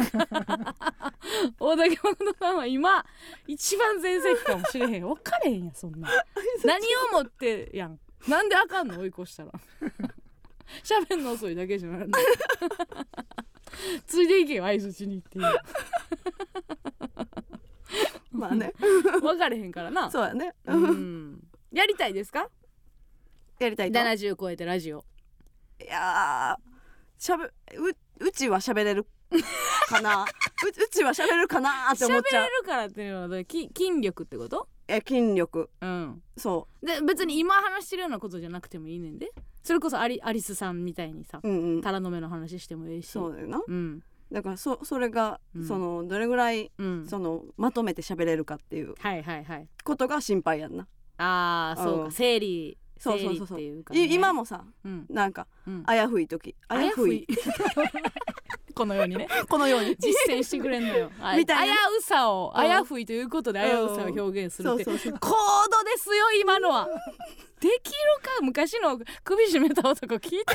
大竹誠さんは今一番全盛期かもしれへん。分かれへんやんそんな何をもってやん。なんであかんの追い越したら喋んの遅いだけじゃないついでいけよ相づちにっていうまあね分かれへんからな。 そうやね、 うん、やりたいですか。 やりたいとななじゅう超えてラジオ。 いやーしゃべ う, うちは喋れるかなう, うちは喋れるかなって思っちゃう。 喋れるからっていうのは筋力ってこと。 え筋力うんそうで別に今話してるようなことじゃなくてもいいねんで。それこそア リ, アリスさんみたいにさ、うんうん、タラの芽の話してもいいし。 そうだよな、 うん、 だから そ, それが、うん、そのどれぐらい、うん、そのまとめて喋れるかっていうことが心配やんな。 あーそうか整理そうそうそうそう、ね、今もさ、うん、なんか、うん、あやふい時あやふいこのようにねこのように実践してくれんのよみたいな。あやうさをあやふいということであやうさを表現するって高度ですよ今のはできるか。昔の首絞めた男聞いてる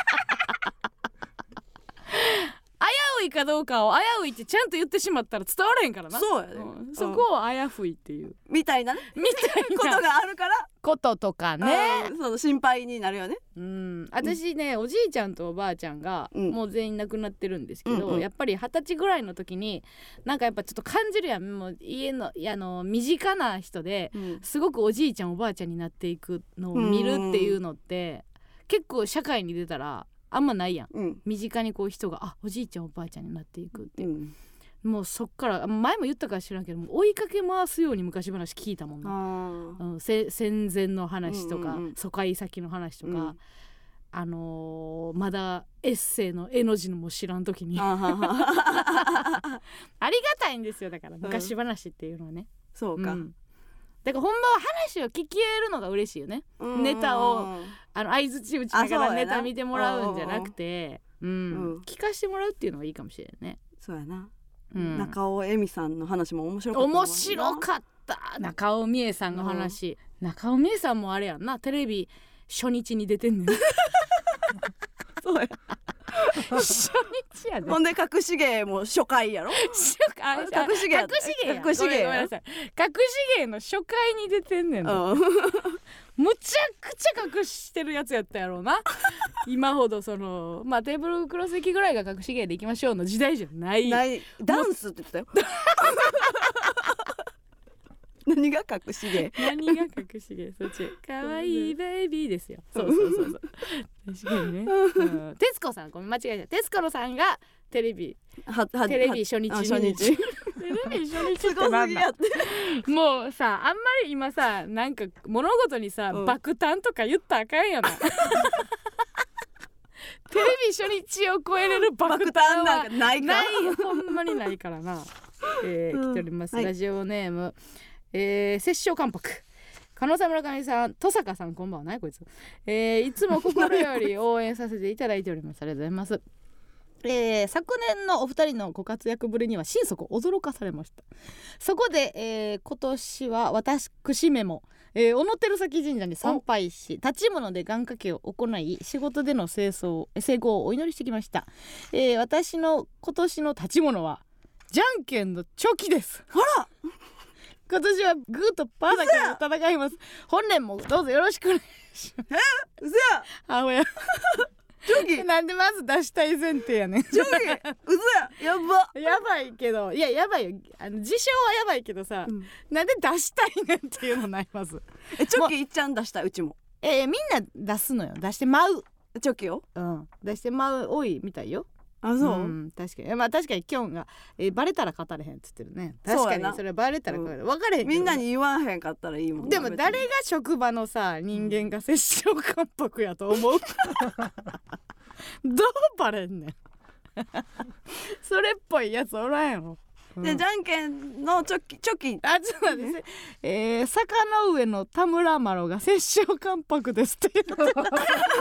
危ういかどうかを危ういってちゃんと言ってしまったら伝わらへんからな。 そうやね、 うん、そこを危ういっていうみたいなねみたいなことがあるからこととかね、 その心配になるよね。 うん私ね、うん、おじいちゃんとおばあちゃんがもう全員亡くなってるんですけど、うん、やっぱり二十歳ぐらいの時になんかやっぱちょっと感じるやん。もう家のあの身近な人で、うん、すごくおじいちゃんおばあちゃんになっていくのを見るっていうのって、うん、結構社会に出たらあんまないやん、うん、身近にこう人があおじいちゃんおばあちゃんになっていくって、うん、もうそっから前も言ったか知らんけども追いかけ回すように昔話聞いたもんな、うん、戦前の話とか、うんうんうん、疎開先の話とか、うん、あのー、まだエッセイの絵の字のも知らん時にありがたいんですよ。だから昔話っていうのはね、うん、 そうか、 うんだからほんまは話を聞き得るのが嬉しいよね。ネタをあの相づち打ちながらネタ見てもらうんじゃなくて、うんうん、聞かしてもらうっていうのがいいかもしれないね。 そうやな、うん、中尾恵美さんの話も面白かった。 面白かった中尾美恵さんの話、うん、中尾美恵さんもあれやんなテレビ初日に出てんねんそうや初日やで。 ほんで隠し芸も初回やろ隠し芸隠し芸隠し芸ごめんなさい隠し芸の初回に出てんねんの、うん、むちゃくちゃ隠してるやつやったやろうな今ほどそのまあテーブルクロス席ぐらいが隠し芸でいきましょうの時代じゃないないダンスって言ってたよ何が隠し芸何が隠し芸そっちかわいいベイビーですよそうそうそうそう確かにね、うん、徹子さんごめん間違えた徹子のさんがテレビテレビ初日初日テレビ初日ってなんだもうさあんまり今さなんか物事にさ、うん、爆誕とか言ったらあかんよなテレビ初日を超えれる爆誕はなんかないかないほんまにないからな、えー、来ております、はい、ラジオネームえー、摂政関白加納さん村上さん登坂さんこんばんはないこいつ、えー、いつも心より応援させていただいておりますありがとうございます、えー、昨年のお二人のご活躍ぶりには心底驚かされました。そこで、えー、今年は私めも、えー、小野照崎神社に参拝し立ち物で願掛けを行い仕事での成功成功をお祈りしてきました、えー、私の今年の立ち物はじゃんけんのチョキです。 ほら今年はグーとパーだけで戦います。本年もどうぞよろしくお願いします。 え、うそや。 あおやチョキなんでまず出したい前提やねん。 チョキうそややばやばいけどいややばいよあの自称はやばいけどさ、うん、なんで出したいねんっていうのないますえチョキいっちゃん出したいうちもえー、みんな出すのよ出してまうチョキをうん出してまう多いみたいよ。 あそう、 うん、確かにまあ確かにキョンが、えー、バレたら語れへんっつってるね。確かにそれはバレたら語れへん、うん、分かれへんみんなに言わへんかったらいいもん。 でも誰が職場のさ人間が接触感覚やと思うどうバレんねんそれっぽいやつおらんやろ。 で、うん、じゃんけんのチョキチョキあちょっと待って、えー、坂の上の田村麻呂が摂政関白ですって言ってお前どう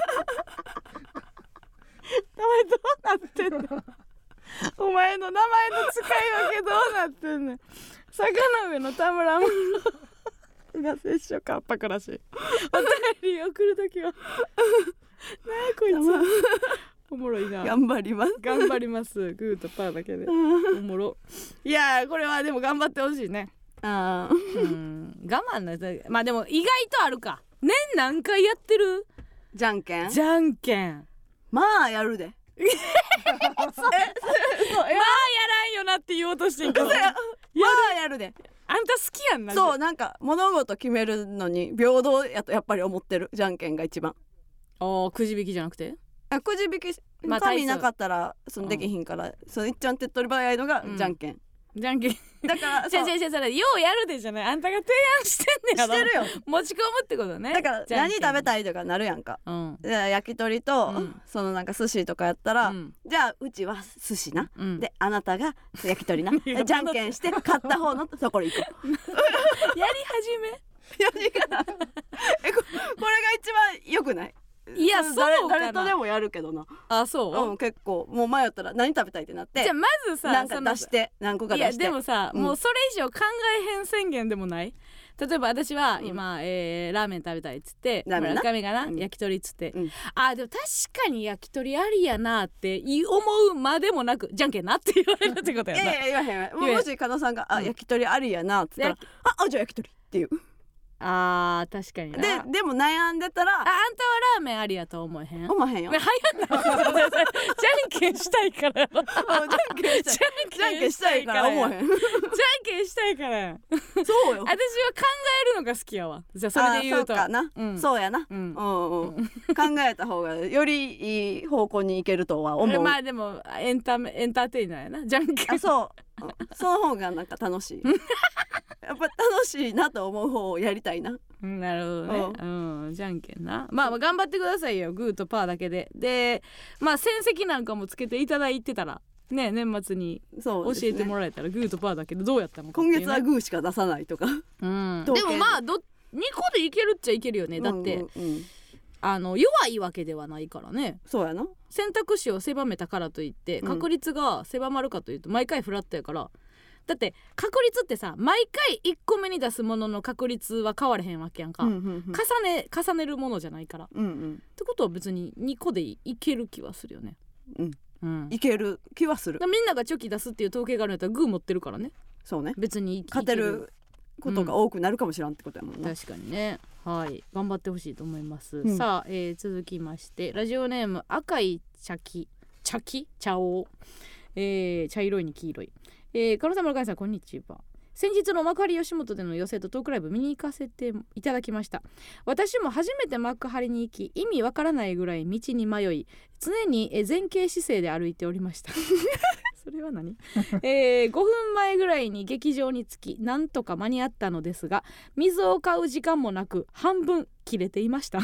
なってんのお前の名前の使い分けどうなってんねん。坂の上の田村麻呂が摂政関白らしい。お便り送るときはなあこいつおもろいな。 頑張ります頑張りますグーとパーだけでおもろ。いやこれはでも頑張ってほしいね。あうん我慢なまあでも意外とあるか。年何回やってるじゃんけんじゃんけんまあやるでそうまあやらんよなって言おうとしてんけどまあやるであんた好きやんな。 そうなんか物事決めるのに平等やとやっぱり思ってる。じゃんけんが一番。 あくじ引きじゃなくてあくじ引き、まあ、紙なかったらそのできひんから、うん、その一番手っ取り早いのがじゃんけん、うん、 じゃんけんだからそう違う違うそれようやるでじゃないあんたが提案してんねやろ。 してるよ持ち込むってことね。 だから何食べたいとかなるやんか、うん、焼き鳥と、うん、そのなんか寿司とかやったら、うん、じゃあうちは寿司な、うん、であなたが焼き鳥なじゃんけんして買った方のところ行こうやり始めやりかえ こ, これが一番良くない。 いやそうかな誰, 誰とでもやるけどな。 あそう、 うん、結構もう迷ったら何食べたいってなってじゃあまずさなんか出して何個か出して。 いやでもさ、うん、もうそれ以上考えへん宣言でもない。例えば私は今、うんえー、ラーメン食べたいっつって村上がな、うん、焼き鳥っつって、うん、あでも確かに焼き鳥ありやなって思うまでもなくじゃんけんなって言われるってことやな。いやいや言わへんも, もし加納さんがあ、うん、焼き鳥ありやなっつったらああじゃあ焼き鳥っていうあー確かにな。 ででも悩んでたら あ, あんたはラーメンありやと思えへん思えへんよ。 はやんなじゃんけんしたいからじゃんけんしたいから思えへんじゃんけんしたいからそうよ私は考えるのが好きやわ。じゃあそれで言うとそうかな、うん、そうやな、うんうんうん、考えた方がよりいい方向に行けるとは思う。 まあでもエンタメエンターテイナーやなじゃんけん。 あそうその方がなんか楽しいやっぱ楽しいなと思う方をやりたいな。 なるほどね、うん、じゃんけんな。まあ、まあ頑張ってくださいよグーとパーだけで。でまあ戦績なんかもつけていただいてたらね年末に教えてもらえたら、ね、グーとパーだけでどうやったのか、ね、 今月はグーしか出さないとか、 うん、でもまあどにこでいけるっちゃいけるよね。だって、うんうんうん、あの弱いわけではないからね。 そうやな。 選択肢を狭めたからといって確率が狭まるかというと毎回フラットやから。だって確率ってさ毎回いっこめに出すものの確率は変われへんわけやんか、うんうんうん、重ね重ねるものじゃないから、うんうん、ってことは別ににこで い, いける気はするよね、 うんうん、いける気はする。 みんながチョキ出すっていう統計があるんやったらグー持ってるからね。 そうね別に勝てることが多くなるかもしれんってことやもんね、 うん、確かにね。はい頑張ってほしいと思います、うん、さあ、えー、続きましてラジオネーム赤い茶き茶き茶王、えー、茶色いに黄色いえー、カロさん村上さんこんにちは。先日の幕張吉本での寄席とトークライブ見に行かせていただきました。私も初めて幕張に行き意味わからないぐらい道に迷い常に前傾姿勢で歩いておりましたそれは何、えー、ごふんまえぐらいに劇場に着きなんとか間に合ったのですが水を買う時間もなく半分切れていました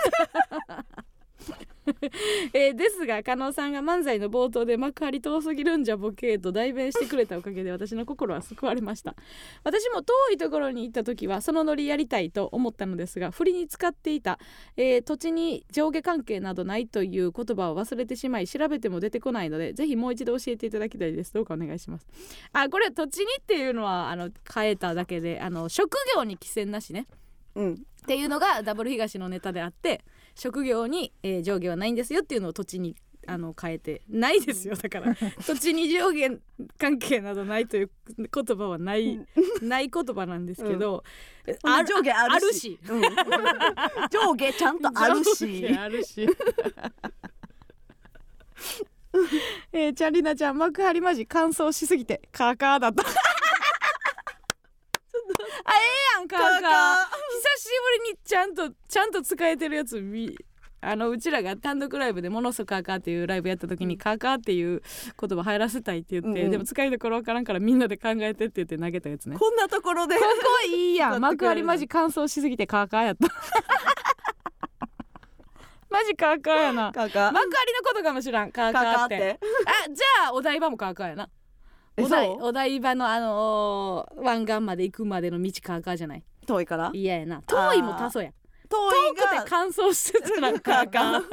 えー、ですが加納さんが漫才の冒頭で幕張遠すぎるんじゃボケーと代弁してくれたおかげで私の心は救われました。私も遠いところに行った時はそのノリやりたいと思ったのですが振りに使っていた、えー、土地に上下関係などないという言葉を忘れてしまい調べても出てこないのでぜひもう一度教えていただきたいです。どうかお願いします。あこれ土地にっていうのはあの変えただけであの職業に寄せなしね、うん、っていうのがダブル東のネタであって職業に、えー、上下はないんですよっていうのを土地にあの変えてないですよだから土地に上下関係などないという言葉はない、うん、ない言葉なんですけど、 うん、あ上下あるし、うん、上下ちゃんとあるしあるし姉ちゃんりなちゃん幕張マジ乾燥しすぎてカーカーだったあ、ええやんカーカー。久しぶりにちゃんとちゃんと使えてるやつ見あのうちらが単独ライブでモノスカーカーっていうライブやった時に、うん、カーカーっていう言葉入らせたいって言って、うんうん、でも使いどころわからんからみんなで考えてって言って投げたやつね。 こんなところでここいいやん幕張マジ乾燥しすぎてカーカーやったマジカーカーやな。 カーカー幕張のことかもしらんカーカーって。あ、じゃあお台場もカーカーやな。お台お台場のあのー、湾岸まで行くまでの道カーカーじゃない。 遠いから嫌やな。遠いも多数や。遠いが遠くて乾燥してたらカーカー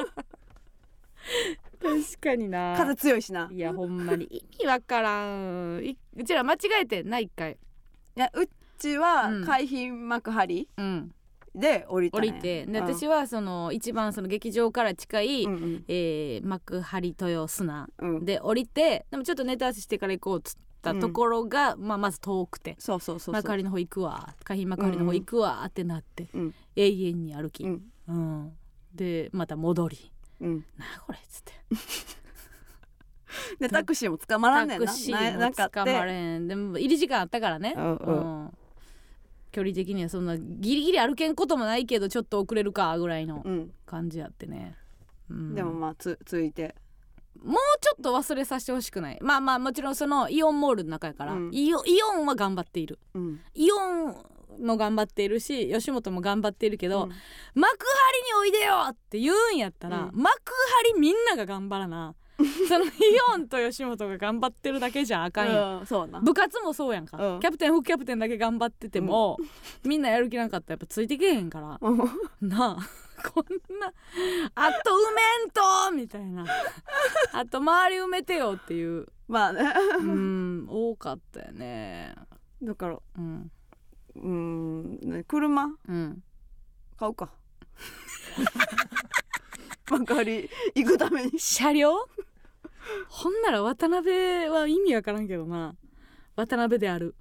確かにな。 風強いしな。 いやほんまに意味わからん。うちら間違えてない一回。 いやうちは海浜幕張、うんで降りた、ね、 降りてで、うん、私はその一番その劇場から近い、うんうんえー、幕張豊砂で降りて、うん、でもちょっとネタ合わせしてから行こうっつったところが、うんまあ、まず遠くてそうそうそうそう幕張の方行くわ海浜幕張の方行くわってなって、うん、永遠に歩き、うんうん、でまた戻り、うん、なあこれっつってでタクシーも捕まらんねんな。 タクシーも捕まれん。でも入り時間あったからね、うんうんうん距離的にはそんなギリギリ歩けんこともないけどちょっと遅れるかぐらいの感じやってね、 うんうん、でもまあ つ, ついてもうちょっと忘れさせてほしくない。まあまあもちろんそのイオンモールの中やから、うん、イ, オイオンは頑張っている、うん、イオンも頑張っているし吉本も頑張っているけど、うん、幕張においでよって言うんやったら、うん、幕張みんなが頑張らなそのイオンと吉本が頑張ってるだけじゃあかんやん、うん、そうな部活もそうやんか、うん、キャプテン副キャプテンだけ頑張ってても、うん、みんなやる気なかったらやっぱついてけへんから、うん、なあこんなあと埋めんとみたいなあと周り埋めてよっていうまあねうん多かったよね。 だからうんうんね車、うん、買うか幕張行くために車両ほんなら渡辺は意味わからんけどな。渡辺である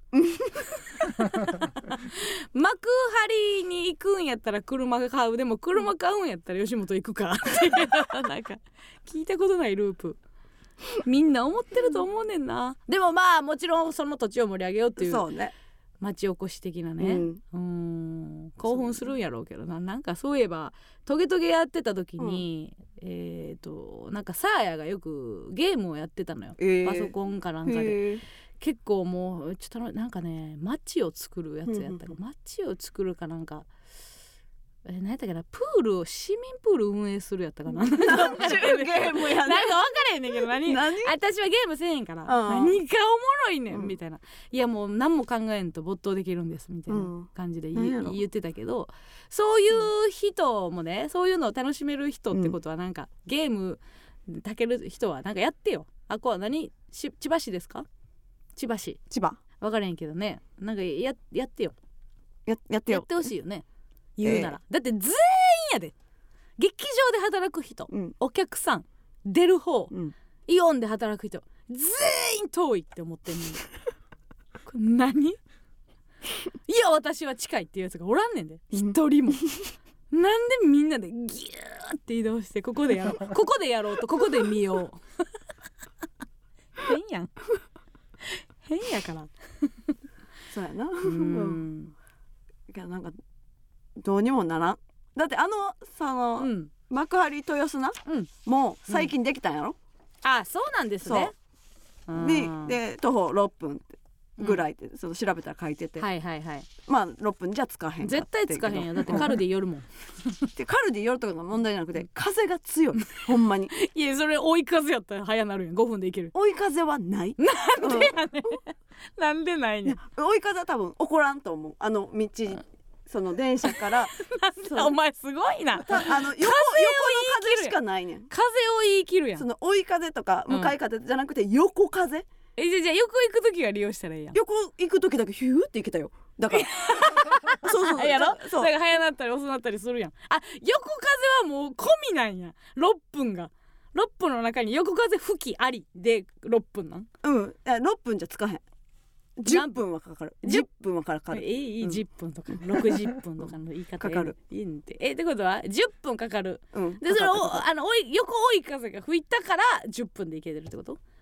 幕張に行くんやったら車買う。でも車買うんやったら吉本行くかっていうなんか聞いたことないループみんな思ってると思うねんな。でもまあもちろんその土地を盛り上げようっていうそうね町おこし的なね、うん、うーん興奮するんやろうけどな。なんかそういえばトゲトゲやってた時に、うん、えっ、ー、となんかサーヤがよくゲームをやってたのよ、えー、パソコンかなんかで、えー、結構もうちょっとなんかね街を作るやつやったか、うん、街を作るかなんかえ何やったかなプールを市民プール運営するやったかななんか分かれへんねんけど 何, 何私はゲームせえへんから、うん、何がおもろいねん、うん、みたいないやもう何も考えんと没頭できるんですみたいな感じで 言,、うん、言ってたけどそういう人もねそういうのを楽しめる人ってことはなんか、うん、ゲームたける人はなんかやってよ。あこは何し千葉市ですか。千葉市千葉分かれへんけどねなんか や, やってよや, やってよやってほしいよね言うなら、えー、だって全員やで劇場で働く人、うん、お客さん出る方、うん、イオンで働く人全員遠いって思ってんのこれ何いや私は近いっていうやつがおらんねんで一人もなんでみんなでギューって移動してここでやろうここでやろうとここで見よう変やん変やからそうやなうんいやなんかどうにもならん。だってあのその、うん、幕張豊砂、うん、もう最近できたんやろ、 うん、あそうなんですね。 で, で徒歩ろっぷんぐらいって、うん、その調べたら書いてて、 はいはいはい、 まあろっぷんじゃつかへん絶対つかへんよ。だってカルディ寄るもんでカルディ寄るとかの問題じゃなくて風が強いほんまにいやそれ追い風やったら早なるやんごふんで行ける。 追い風はないなんでやねんなんでないねん。 追い風は多分起こらんと思う。あの道その電車からお前すごいな。あの 横, 横の風しかないねん。 風を言い切るやん。 その追い風とか向かい風じゃなくて横風、うん、 えじゃあじゃあ横行く時は利用したらいいやん。 横行く時だけヒューって行けたよ。だからそうそうやろそうだから早なったり遅なったりするやん。あ横風はもう込みなんや。ろっぷんがろっぷんの中に横風吹きありでろっぷんなん。 うんろっぷんじゃつかへん。じゅっぷんはかかる。じゅっぷんはかかる。 えいい、うん、じゅっぷんとかろくじゅっぷんとかの言い方かかる。 いいんでえってことはじゅっぷんかかる。うん、でそれをあの横追い風が吹いたからじゅっぷんでいけてるってこと。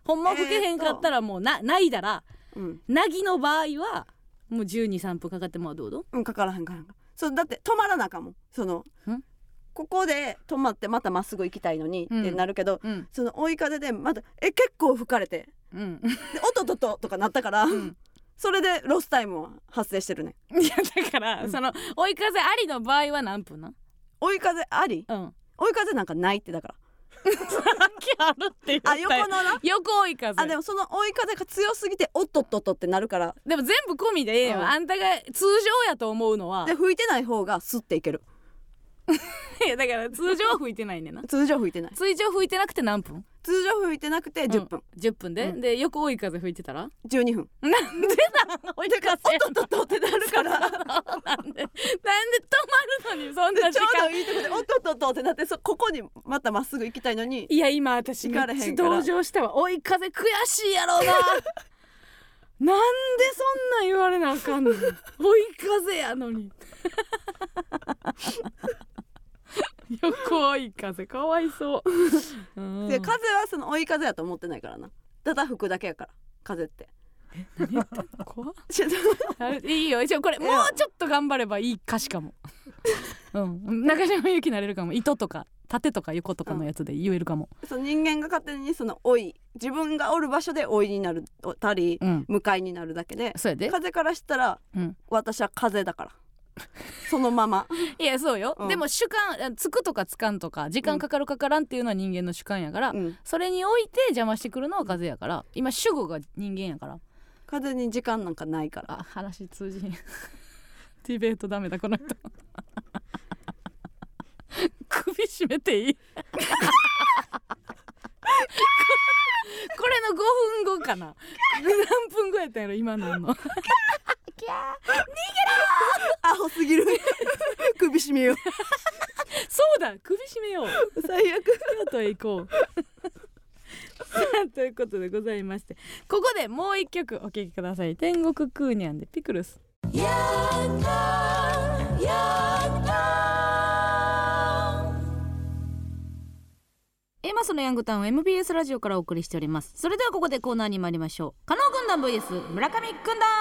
ほんま吹けへんかったらもうなないだら、うん、なぎの場合はもうじゅうに、さんぷんかかってもどうどうんかからへんからへんそうだって止まらなあかんもんそのここで止まってまたまっすぐ行きたいのに、うん、ってなるけど、うん、その追い風でまたえ結構吹かれて、うん、でおととととかなったから、うん、それでロスタイムは発生してるね。 いやだから、うん、その追い風ありの場合は何分な追い風あり、うん、追い風なんかないってだからさっきあるって言ったあ横のな横追い風あでもその追い風が強すぎておっとっとっとってなるからでも全部込みでええよ、うん、あんたが通常やと思うのはで吹いてない方がスッていけるいやだから通常は吹いてないねんな通常吹いてない通常吹いてなくて何分通常吹いてなくてじゅっぷん、うん、 じゅっぷんで、うん、で横追い風吹いてたらじゅうにふんなんでなん追い風おっとっとってなるからなんでなんで止まるのにそんな時間ちょうどいいとこでおっとっとっとってなってそここにまたまっすぐ行きたいのにいや今私めっちゃ同情したわ追い風悔しいやろうななんでそんなん言われなあかんの追い風やのに横追い風かわいそう、うん、 で風はその追い風やと思ってないからなただ吹くだけやから風ってえ何言ってんの怖っいいよ一応これもうちょっと頑張ればいい歌詞かも、うん、中島みゆきなれるかも糸とか縦とか横とかのやつで言えるかも、 うん、その人間が勝手にその追い自分がおる場所で追いになるたり、うん、向かいになるだけで、 それで風からしたら、うん、私は風だからそのままいやそうよ、うん、でも主観つくとかつかんとか時間かかるかからんっていうのは人間の主観やから、うん、それにおいて邪魔してくるのは風やから今主語が人間やから風に時間なんかないからあ話通じんディベートダメだこの人首絞めていいこれのごふんごかな何分後やったんやろ今ののキャー逃げろアホすぎる首絞めようそうだ首絞めよう最悪京都へ行こうということでございましてここでもう一曲お聴きください。天国クーニャンでピクルス。やったやったエマスのヤングタウン エムビーエス ラジオからお送りしております。それではここでコーナーに参りましょう。加納軍団 ブイエス 村上軍団。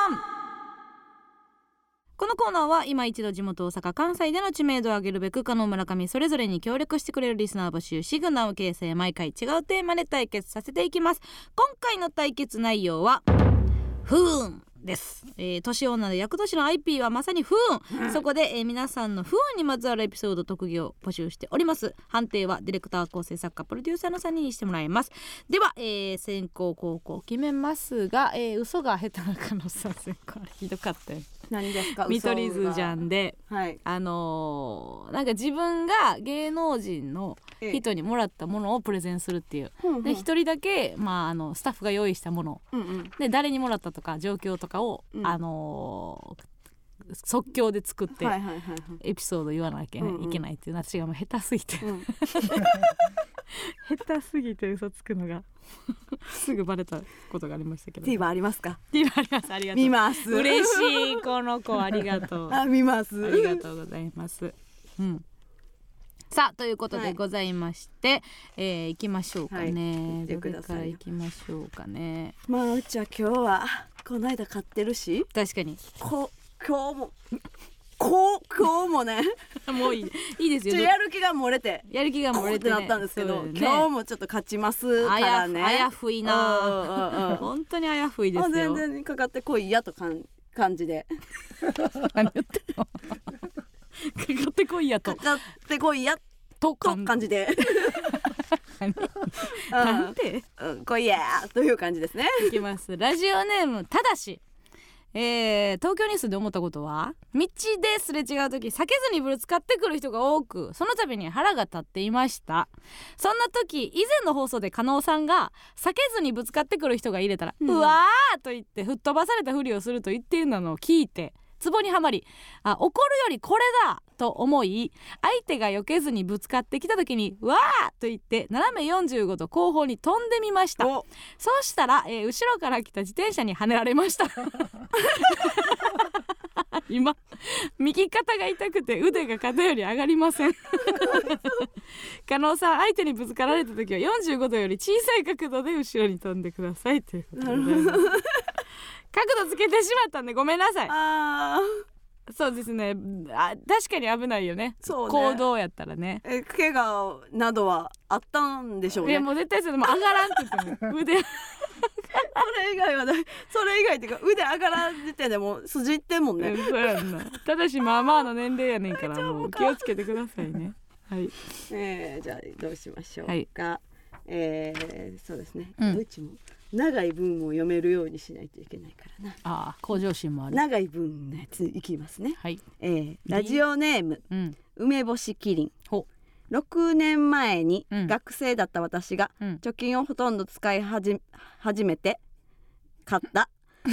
このコーナーは今一度地元大阪関西での知名度を上げるべく加納村上それぞれに協力してくれるリスナー募集し軍団を形成毎回違うテーマで対決させていきます。今回の対決内容は不運です、えー、年女で厄年の アイピー はまさに不運、うん、そこで、えー、皆さんの不運にまつわるエピソード特技を募集しております。判定はディレクター構成作家プロデューサーのさんにんにしてもらいます。では、えー、先行後攻決めますが、えー、嘘が下手な可能性先行あれひどかったよ。 何ですか見取り図じゃんで、 はい、 あのー、なんか自分が芸能人の人にもらったものをプレゼンするっていう、ええ、で一人だけ、まあ、あのスタッフが用意したもの、うんうん、で誰にもらったとか状況とかを、うん、あのー即興で作って、はいはいはいはい、エピソード言わなきゃいけない、うんうん、いけないっていう私がもう下手すぎて、うん、下手すぎて嘘つくのがすぐバレたことがありましたけど、 ティーバーありますか？ ティーバーあります。ありがとう。 見ます。 嬉しいこの子ありがとう。 あ見ます。 ありがとうございます。うん。さあということでございまして、はい、えー、行きましょうかね。はい、どれから行きましょうかね。 まあうちは今日はこの間買ってるし、 確かにこ今日もこう今日もねもういいいいですよ。 ちょやる気が漏れてやる気が漏れて、ね、 なったんですけど、ね、今日もちょっと勝ちますからね。 あやふいな本当にあやふいですよ。 全然かかってこいやとかん感じで何言ってんのかかってこいやとかかってこいやと感じでなんて、 うん、こいやという感じですね。 いきます。ラジオネームただし、えー、東京に住んで思ったことは道ですれ違う時避けずにぶつかってくる人が多くその度に腹が立っていました。そんな時以前の放送で加納さんが避けずにぶつかってくる人が入れたら、うん、うわーと言って吹っ飛ばされたふりをすると言っているのを聞いてツボにはまり、あ怒るよりこれだと思い相手が避けずにぶつかってきた時にわーと言って斜めよんじゅうごど後方に飛んでみました。そうしたら、えー、後ろから来た自転車にはねられました今右肩が痛くて腕が肩より上がりません加納さん、相手にぶつかられた時はよんじゅうごどより小さい角度で後ろに飛んでくださいということでございます角度つけてしまったんでごめんなさい。 あそうですね、あ確かに危ないよね。そうね、行動やったらね。 え怪我などはあったんでしょうね。 いやもう絶対それも上がらんって言っても腕それ以外はないそれ以外っていうか腕上がらん時点でもう筋いってんもんね、 うん、そうやんな。ただしまあまあの年齢やねんからもう気をつけてくださいね。はい、 えー、じゃあどうしましょうか、 はい、 えー、そうですね、 うん、 うちも長い文を読めるようにしないといけないからな。 ああ、向上心もある。 長い文のやついきますね。 はい、 えー、ラジオネーム、うん、梅干しキリン。 ほろくねんまえに学生だった私が貯金をほとんど使いはじ初めて買った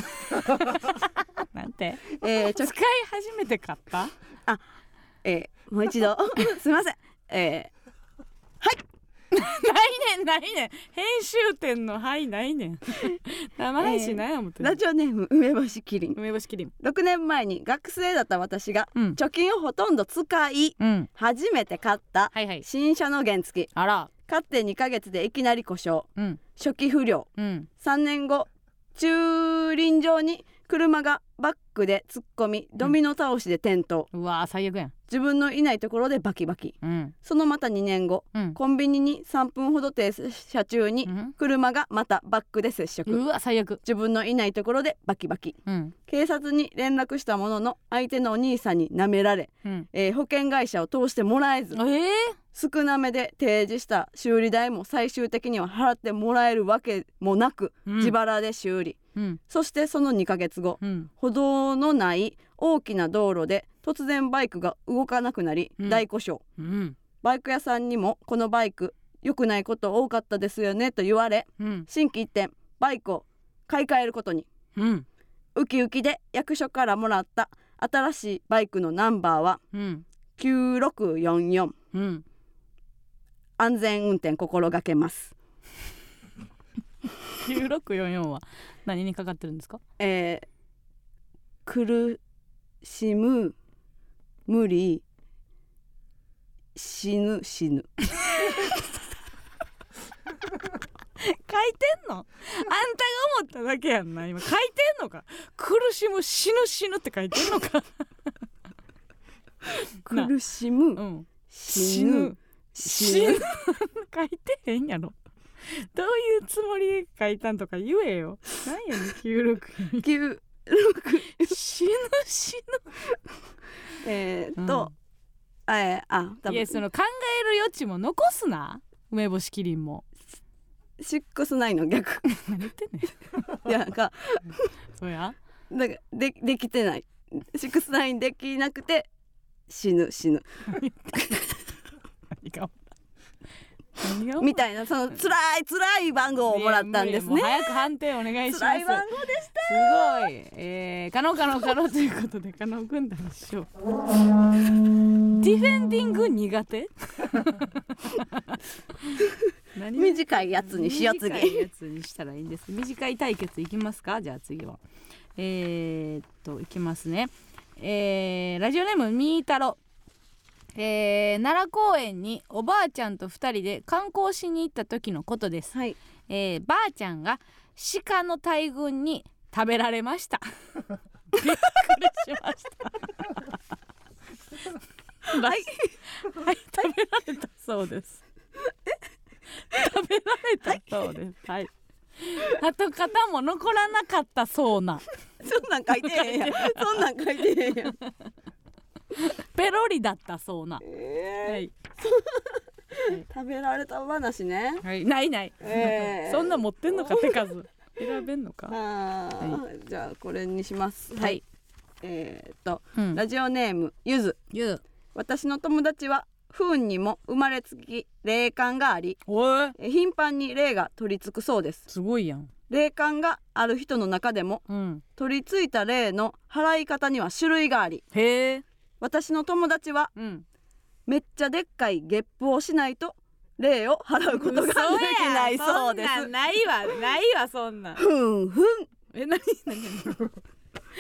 なんて、 えー、 使い始めて買ったあ、えー、もう一度すいません、えー、はいないねんないねん編集点のはいないねん生配信ないやもん、えー、 ラジオネーム梅干しキリン。 梅干しキリン。 ろくねんまえに学生だった私が貯金をほとんど使い、うん、初めて買った新車の原付、 あら買ってにかげつでいきなり故障、うん、初期不良、うん、さんねんご駐輪場に車がバックで突っ込みドミノ倒しで転倒、 うん、うわ最悪やん。 自分のいないところでバキバキ、うん、そのまたにねんご、うん、コンビニにさんぷんほど停車中に車がまたバックで接触、 うわ最悪。 自分のいないところでバキバキ、うん、警察に連絡したものの相手のお兄さんに舐められ、うんえー、保険会社を通してもらえず、えー、少なめで提示した修理代も最終的には払ってもらえるわけもなく、うん、自腹で修理、うん、そしてそのにかげつご、うん、歩道のない大きな道路で突然バイクが動かなくなり、うん、大故障、うん、バイク屋さんにもこのバイク良くないこと多かったですよねと言われ、うん、心機一転バイクを買い替えることに、うん、ウキウキで役所からもらった新しいバイクのナンバーは、うん、きゅうろくよんよん、うん、安全運転心がけますきゅうろくよんよんは何にかかってるんですか？ えー、苦しむ無理死ぬ死ぬ書いてんの？あんたが思っただけやんな。今書いてんのか？苦しむ死ぬ死ぬって書いてんのか苦しむ、うん、死ぬ死ぬ書いてへんやろ。どういうつもりで書いたんとか言えよ。何やねんきゅうろくきゅうろく死ぬ死ぬえーっと、うん、えー、あ多分いやその考える余地も残すな。梅干しキリンもシックスナインの逆何言ってんねんいやなんかそうやなんか で, できてないシックスナインできなくて死ぬ死ぬ何がみたいなその辛い辛い番号をもらったんですね。 早く判定お願いします。 辛い番号でした。 すごい、えー、可能可能可能ということで可能軍団でしょう。ディフェンディング苦手短いやつにしよう次。 短いやつにしたらいいんです。短い対決いきますか。じゃあ次はえー、っといきますね。えー、ラジオネームみーたろ。えー、奈良公園におばあちゃんとふたりで観光しに行った時のことです、はいえー、ばあちゃんが鹿の大群に食べられましたびっくりしましたはい、はい、食べられたそうです食べられたそうですはい跡形も残らなかったそうなそんなん書いてへんやんそんなん書いてへんやんペロリだったそうな、 えーはい食べられた話ね、 はい、ないない、えー、そんな持ってんのか手数選べんのかあ、はい、じゃあこれにしますはい、えー、っと、うん、ラジオネームゆずゆず私の友達は不運にも生まれつき霊感があり頻繁に霊が取り付くそうです。 すごいやん。 霊感がある人の中でも、うん、取り付いた霊の払い方には種類がありへー私の友達は、うん、めっちゃでっかいゲップをしないと霊を払うことができないそうです。 そんなんないわないわそんなふんふんえ何何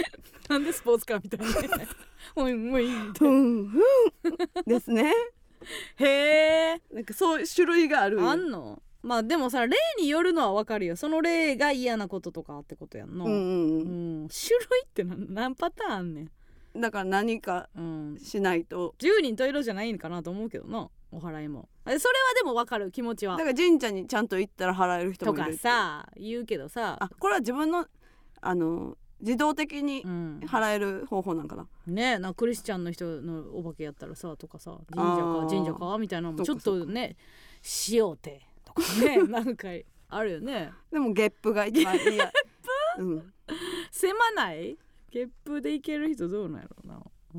なんでスポーツカーみたいにもうもういいみたいな、 うんうん、ですね。 へえ、 なんかそういう種類がある。 あんの。まあでもさ、例によるのはわかるよ。その例が嫌なこととかってことやんの、うんうんうん、種類って何パターンあんねん。 だから何かしないと、うん、 じゅうにんと色じゃないんかなと思うけどな、お祓いも。それはでもわかる気持ちは。 だから神社にちゃんと行ったら払える人もいるとかさ言うけどさ、 あ、これは自分のあの自動的に払える方法なんかな、 うん、ねえ、なんかクリスチャンの人のお化けやったらさとかさ、神社か神社かみたいなのもちょっとねしようてとかねなんかあるよね。 でもゲップが一番いいや。ゲップ、うん、 狭ないゲップでいける人どうなんやろうな。うん、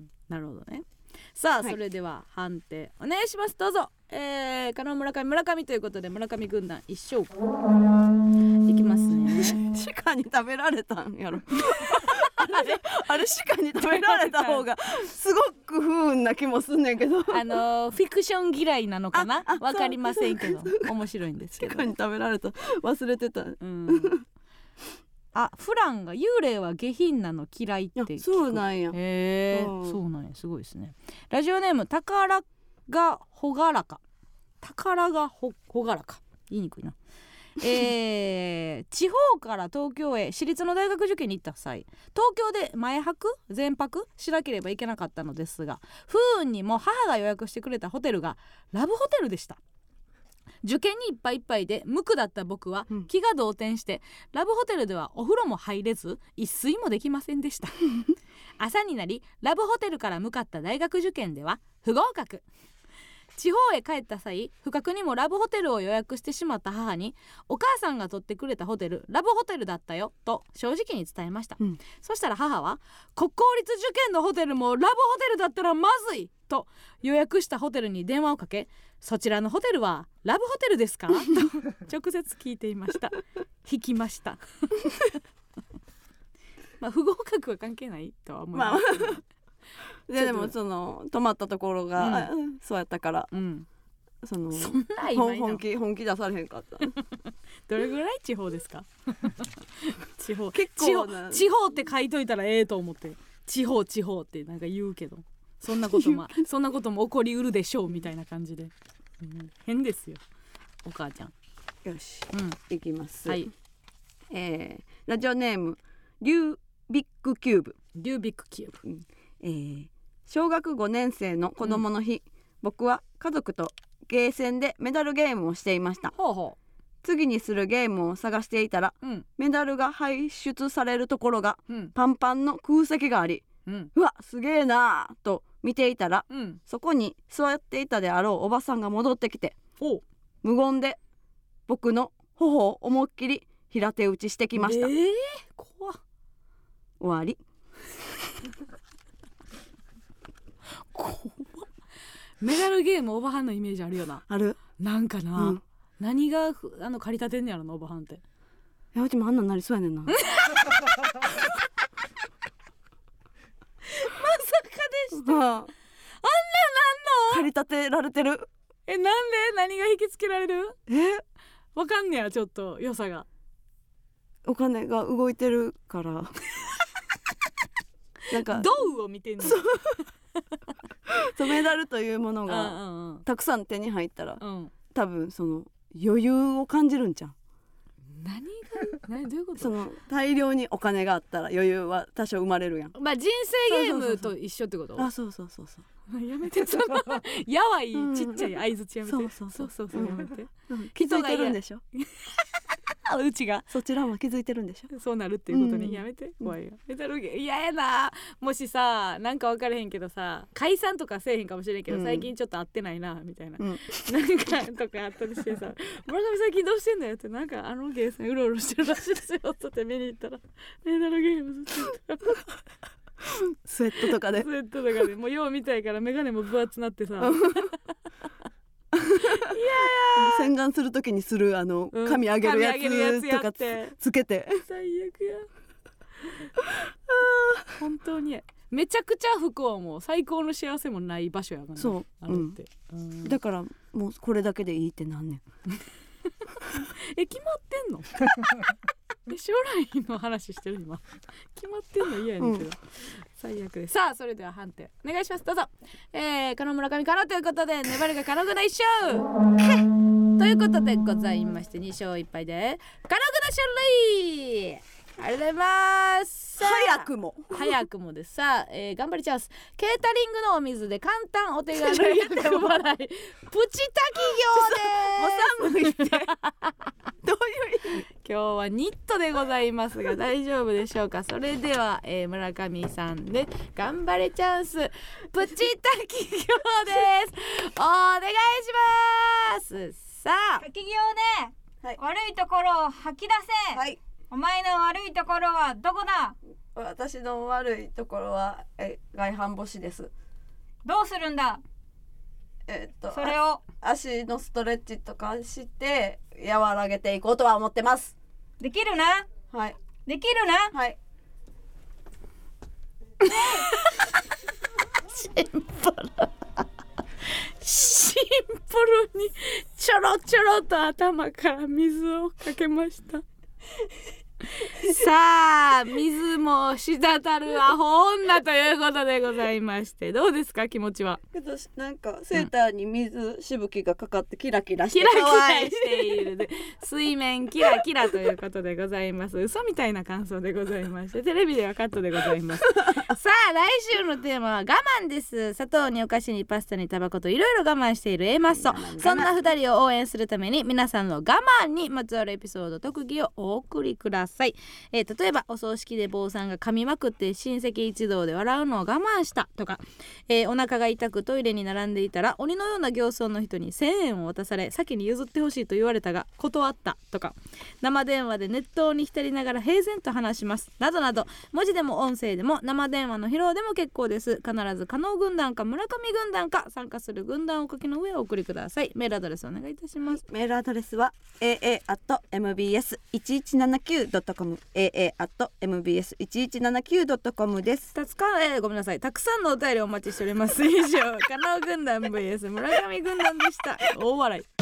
なるほどね。さあ、はい、それでは判定お願いします。どうぞ。えー、加納村上村上ということで村上軍団一勝いきますね。 鹿に食べられたんやろあれあれ鹿に食べられた方がすごく不運な気もすんねんけどあのー、フィクション嫌いなのかな、わかりませんけど面白いんですけど。 鹿に食べられた忘れてた、うん、 あ、フランが幽霊は下品なの嫌いって聞く。 そうなんや。 へえ、そうなんや、すごいですね。ラジオネーム宝がほがらか、宝がほがらか、言いにくいな。えー、地方から東京へ私立の大学受験に行った際、東京で前泊前泊しなければいけなかったのですが、不運にも母が予約してくれたホテルがラブホテルでした。受験にいっぱいいっぱいで無垢だった僕は気が動転して、うん、ラブホテルではお風呂も入れず一睡もできませんでした朝になりラブホテルから向かった大学受験では不合格。地方へ帰った際、不覚にもラブホテルを予約してしまった母に、お母さんが取ってくれたホテルラブホテルだったよと正直に伝えました、うん、そしたら母は、国公立受験のホテルもラブホテルだったらまずいと予約したホテルに電話をかけ、そちらのホテルはラブホテルですかと直接聞いていました。引きましたまあ不合格は関係ないとは思います、まあで, でもその泊まったところが、うん、そうやったから、うん、そのそんな今本気本気出されへんかったどれぐらい地方ですか地方結構な地方、地方って書いといたらええと思って、地方地方ってなんか言うけど、そんなこともそんなことも起こりうるでしょうみたいな感じで、うん、変ですよお母ちゃん。 よし、うん、いきます、 はい。 えー、ラジオネームリュービックキューブリュービックキューブ、うんえー、小学ごねん生の子供の日、うん、僕は家族とゲーセンでメダルゲームをしていました。 ほうほう。 次にするゲームを探していたら、うん、メダルが排出されるところが、うん、パンパンの空席があり、うん、うわすげえなーと見ていたら、うん、そこに座っていたであろうおばさんが戻ってきて、無言で僕の頬を思いっきり平手打ちしてきました。 えー、怖っ。 終わりメダルゲームおばはんのイメージあるよな。 ある。 なんかな、うん、何があの借り立てんねやろなおばはんって。いやうちもあんなんなりそうやねんなまさかでした、はあ、あんなんなんの借り立てられてる。 え、なんで何が引きつけられる。 えわかんねやちょっと良さが。 お金が動いてるからなんか銅を見てんの。 そうメダルというものが、うんうんうん、たくさん手に入ったら、うん、多分その余裕を感じるんじゃん。 何が何どういうこと。 その大量にお金があったら余裕は多少生まれるやん。 まあ人生ゲームと一緒ってこと。 あ、そうそうそうそう。 やめてそのやわいちっちゃい相づちやめて、うん、そうそうそうそう、うん、やめて、 うん、気づいてるんでしょうちがそちらも気づいてるんでしょ。 そうなるっていうことに、うん、やめて怖いよ。メダルゲーム嫌やな。もしさなんか分からへんけどさ解散とかせえへんかもしれんけど、うん、最近ちょっと会ってないなみたいな、うん、なんかとかあったりしてさ村上最近どうしてんだよってなんかあのゲーセンうろうろしてるらしいですよって見に行ったらメダルゲームずっとスウェットとかでスウェットとかでもうよう見たいからメガネも分厚なってさいやいや洗顔するときにするあの、うん、髪上げるやつとか つ, つけて最悪や本当にめちゃくちゃ不幸も最高の幸せもない場所やから、ね、 そうあれって、 うん、だからもうこれだけでいいってなんねんえ決まってんの将来の話してる今決まってんの嫌やねんけど、うん、最悪です。さあそれでは判定お願いします。どうぞ。えー、加納村上加納ということで粘りが加納ぐな一勝ということでございまして、に勝いっ敗で加納ぐな勝利。ありがとうございます。 早くも早くもです。さあ、えー、頑張りチャンス。ケータリングのお水で簡単お手軽薬払いプチ滝行です。もう寒いってどういう意味。 今日はニットでございますが大丈夫でしょうか。それでは、えー、村上さんで頑張れチャンスプチ滝行です。お願いします。さあ滝行ね、はい、悪いところを吐き出せ。はい、お前の悪いところはどこだ。 私の悪いところはえ外反母趾です。 どうするんだ。えっとそれを足のストレッチとかして和らげていこうとは思ってます。 できるな。 はい、 できるな。 はいシンプルシンプルにちょろちょろと頭から水をかけましたさあ水も滴るアホ女ということでございまして、どうですか気持ちは。 なんかセーターに水しぶきがかかってキラキラしてキラキラしているで水面キラキラということでございます。嘘みたいな感想でございまして、テレビではカットでございますさあ来週のテーマは我慢です。砂糖にお菓子にパスタにタバコといろいろ我慢している A マッソ。そんなふたりを応援するために皆さんの我慢にまつわるエピソード特技をお送りください。えー、例えばお葬式で坊さんが噛みまくって親戚一同で笑うのを我慢したとか、えー、お腹が痛くトイレに並んでいたら鬼のような形相の人にせんえんを渡され先に譲ってほしいと言われたが断ったとか、生電話で熱湯に浸りながら平然と話しますなどなど、文字でも音声でも生電話の披露でも結構です。必ず加納軍団か村上軍団か参加する軍団をお書きの上お送りください。メールアドレスお願いいたします。 メールアドレスは エーエー アット エムビーエス いちいちななきゅう ドットコム エーエー アット エムビーエス いちいちななきゅう ドットコム です。 たつか、えー、ごめんなさい、たくさんのお便りお待ちしております以上加納軍団 ブイエス 村上軍団でした。大笑い。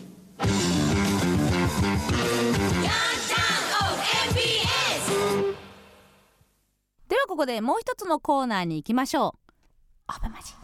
ではここでもう一つのコーナーに行きましょう。オブマジ。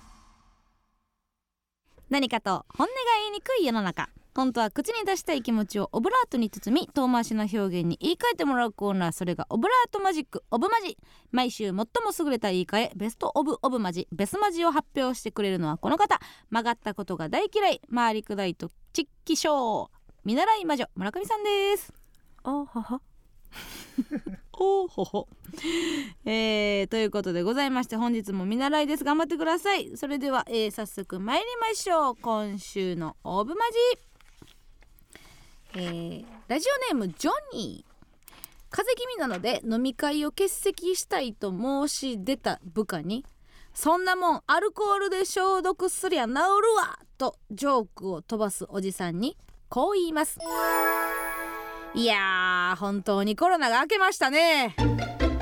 何かと本音が言いにくい世の中、本当は口に出したい気持ちをオブラートに包み遠回しな表現に言い換えてもらうコーナー、それがオブラートマジックオブマジ。毎週最も優れた言い換えベストオブオブマジベスマジを発表してくれるのはこの方。曲がったことが大嫌い回りくだいとチッキショー見習い魔女村上さんです。おははおほほ、えー、ということでございまして本日も見習いです。頑張ってください。それでは、えー、早速参りましょう。今週のオブマジ、えー、ラジオネームジョニー。風邪気味なので飲み会を欠席したいと申し出た部下に、そんなもんアルコールで消毒すりゃ治るわとジョークを飛ばすおじさんにこう言います。いやー本当にコロナが明けましたね確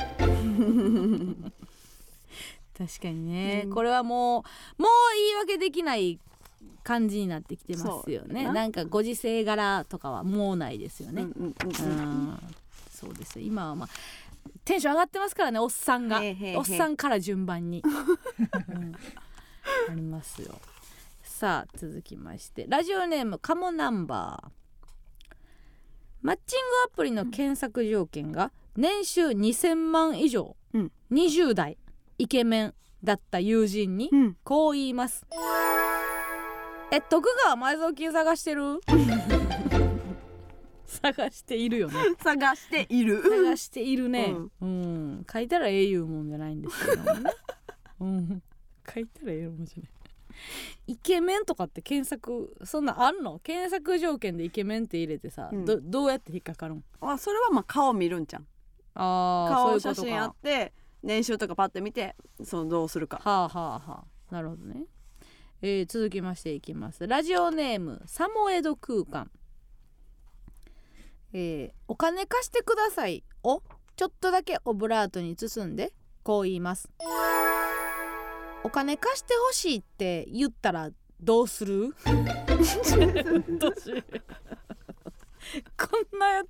かにね、うん、これはもうもう言い訳できない感じになってきてますよね。なんかご時世柄とかはもうないですよね。そうですよ。今はまあテンション上がってますからね、おっさんがへーへーへーおっさんから順番に、うん、ありますよ。さあ続きましてラジオネームカモナンバー。マッチングアプリの検索条件が年収にせんまん以上、うん、にじゅう代イケメンだった友人にこう言います、うん、え徳川埋蔵金探してる探しているよね探している探しているね、うんうん、書いたらええいうもんじゃないんですけどね、うん、書いたらええもんじゃないイケメンとかって検索そんなあんの？検索条件でイケメンって入れてさ、うん、ど, どうやって引っかかるん？ あそれはまあ顔見るんじゃん。あ顔写真あって年収とかパッて見てそのどうするか。 はあはあはあなるほどね、えー、続きましていきます。ラジオネームサモエド空間、えー、お金貸してくださいをちょっとだけオブラートに包んでこう言います。お金貸してほしいって言ったらどうするこんなや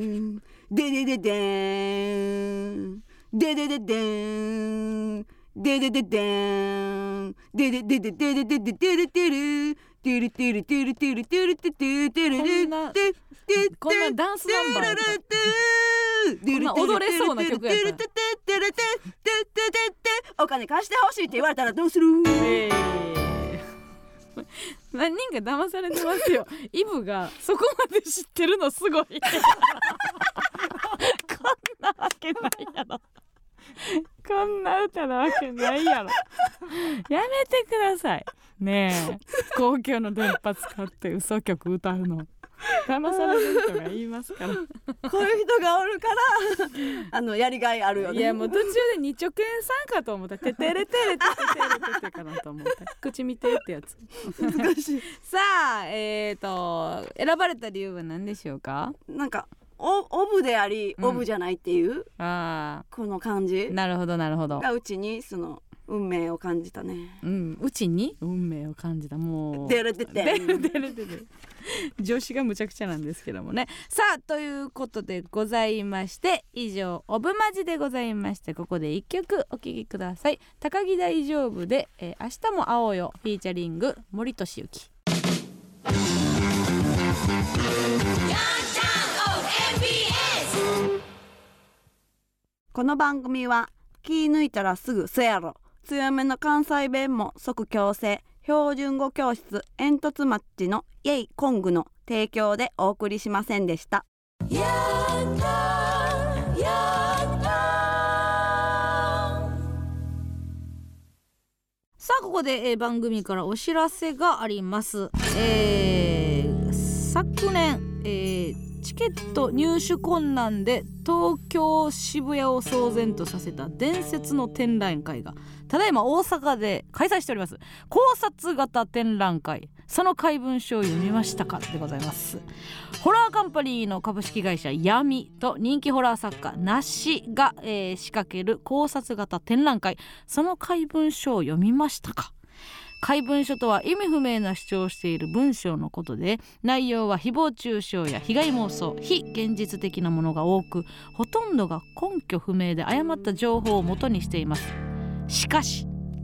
んででででんででででんででででんでででででででででででテルテルテルテルテルテルテルテルテルこんなダンスナンバーやったこんな踊れそうな曲やったお金貸してほしいって言われたらどうする、えー、 何人か騙されてますよイブがそこまで知ってるのすごいこんなわけないやろこんな歌なわけないやろやめてくださいねえ公共の電波使って嘘曲歌うの騙される人が言いますからこういう人がおるからあのやりがいあるよね。 いやもう途中でにちょく円さんかと思ったててれてれてててれててかなと思った口見てってやつ難しいさあえーと選ばれた理由は何でしょうか。 なんかオ, オブでありオブじゃないっていう、うん、あこの感じなるほどなるほどがうちにその運命を感じたね、 うん、うちに運命を感じたもうデレデデデレデレデレ女子がむちゃくちゃなんですけどもね。さあということでございまして以上オブマジでございまして、ここで一曲お聴きください。高木大丈夫で、えー、明日も会おうよフィーチャリング森俊之。 この番組は気抜いたらすぐそやろ強めの関西弁も即強制標準語教室煙突マッチのイェイコングの提供でお送りしませんでした。やったやったさあここで、えー、番組からお知らせがあります。えー、昨年、えーチケット入手困難で東京渋谷を騒然とさせた伝説の展覧会がただいま大阪で開催しております。考察型展覧会、その怪文書を読みましたかでございます。ホラーカンパニーの株式会社闇と人気ホラー作家ナッシが、えー、仕掛ける考察型展覧会、その怪文書を読みましたか。怪文書とは意味不明な主張をしている文章のことで、内容は誹謗中傷や被害妄想、非現実的なものが多く、ほとんどが根拠不明で誤った情報を元にしています。しかし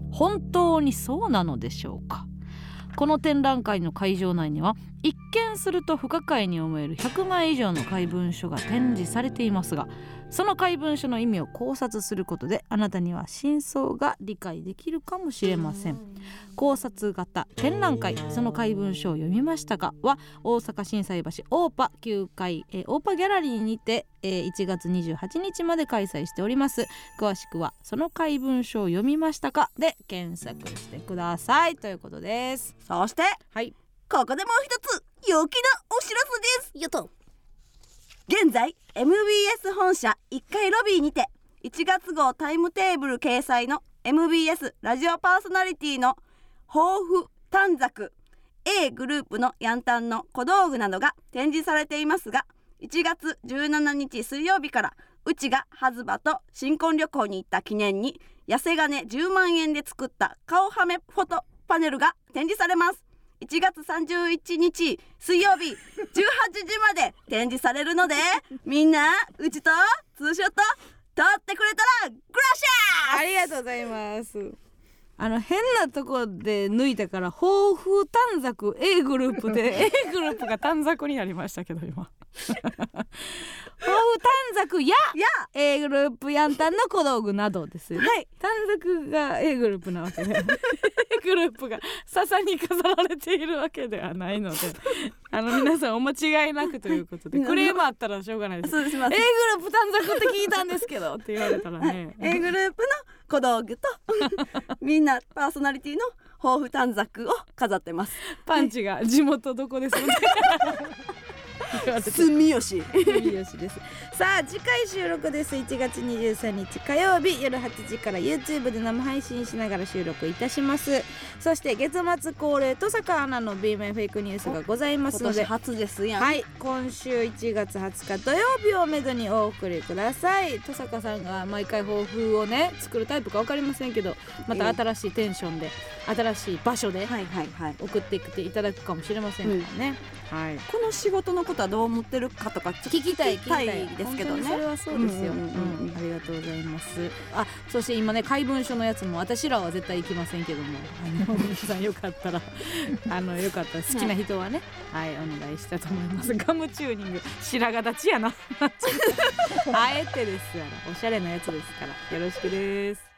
本当にそうなのでしょうか。この展覧会の会場内には一見すると不可解に思えるひゃくまい以上の怪文書が展示されていますが、その怪文書の意味を考察することであなたには真相が理解できるかもしれません。考察型展覧会その怪文書を読みましたかは大阪心斎橋オーパきゅうかい、えー、オーパギャラリーにて、えー、いちがつにじゅうはちにちまで開催しております。詳しくはその怪文書を読みましたかで検索してくださいということです。 そして、はい、ここでもう一つ陽気なお知らせです。よっと現在 エムビーエス 本社いっかいロビーにていちがつ号タイムテーブル掲載の エムビーエス ラジオパーソナリティの抱負短冊 A グループのヤンタンの小道具などが展示されていますが、いちがつじゅうしちにち水曜日からうちがハズバと新婚旅行に行った記念に痩せ金じゅうまんえんで作った顔はめフォトパネルが展示されます。いちがつさんじゅういちにち水曜日じゅうはちじまで展示されるのでみんなうちとツーショット撮ってくれたらグラシャー。 ありがとうございます。あの変なとこで抜いたから抱負短冊 A グループで A グループが短冊になりましたけど今抱負短冊や A グループヤンタンの小道具などですよね、はい、短冊が A グループなわけで A グループが笹に飾られているわけではないのであの皆さんお間違いなくということでクレームあったらしょうがないです。そうです。 A グループ短冊って聞いたんですけどって言われたらね、 はい、A グループの小道具とみんなパーソナリティの抱負短冊を飾ってます。 パンチが地元どこですので住吉住吉です。さあ次回収録です。いちがつにじゅうさんにち火曜日夜はちじから YouTube で生配信しながら収録いたします。そして月末恒例登坂アナの ビーメンフェイクニュースがございますので今年初ですやん。 はい、今週いちがつはつか土曜日をめどにお送りください。登坂さんが毎回抱負をね作るタイプか分かりませんけどまた新しいテンションで新しい場所で送ってきていただくかもしれませんからね、 うんはい、この仕事のことはどう思ってるかとか聞きたい聞きたいですけどね。 それはそうですよ、うんうんうんうん、ありがとうございます。あ、そして今ね怪文書のやつも私らは絶対行きませんけどもあの皆さんよかったらあのよかったら好きな人はね、はい、はい、お願いしたと思います。ガムチューニング白髪立ちやなあえてですからおしゃれなやつですからよろしくです。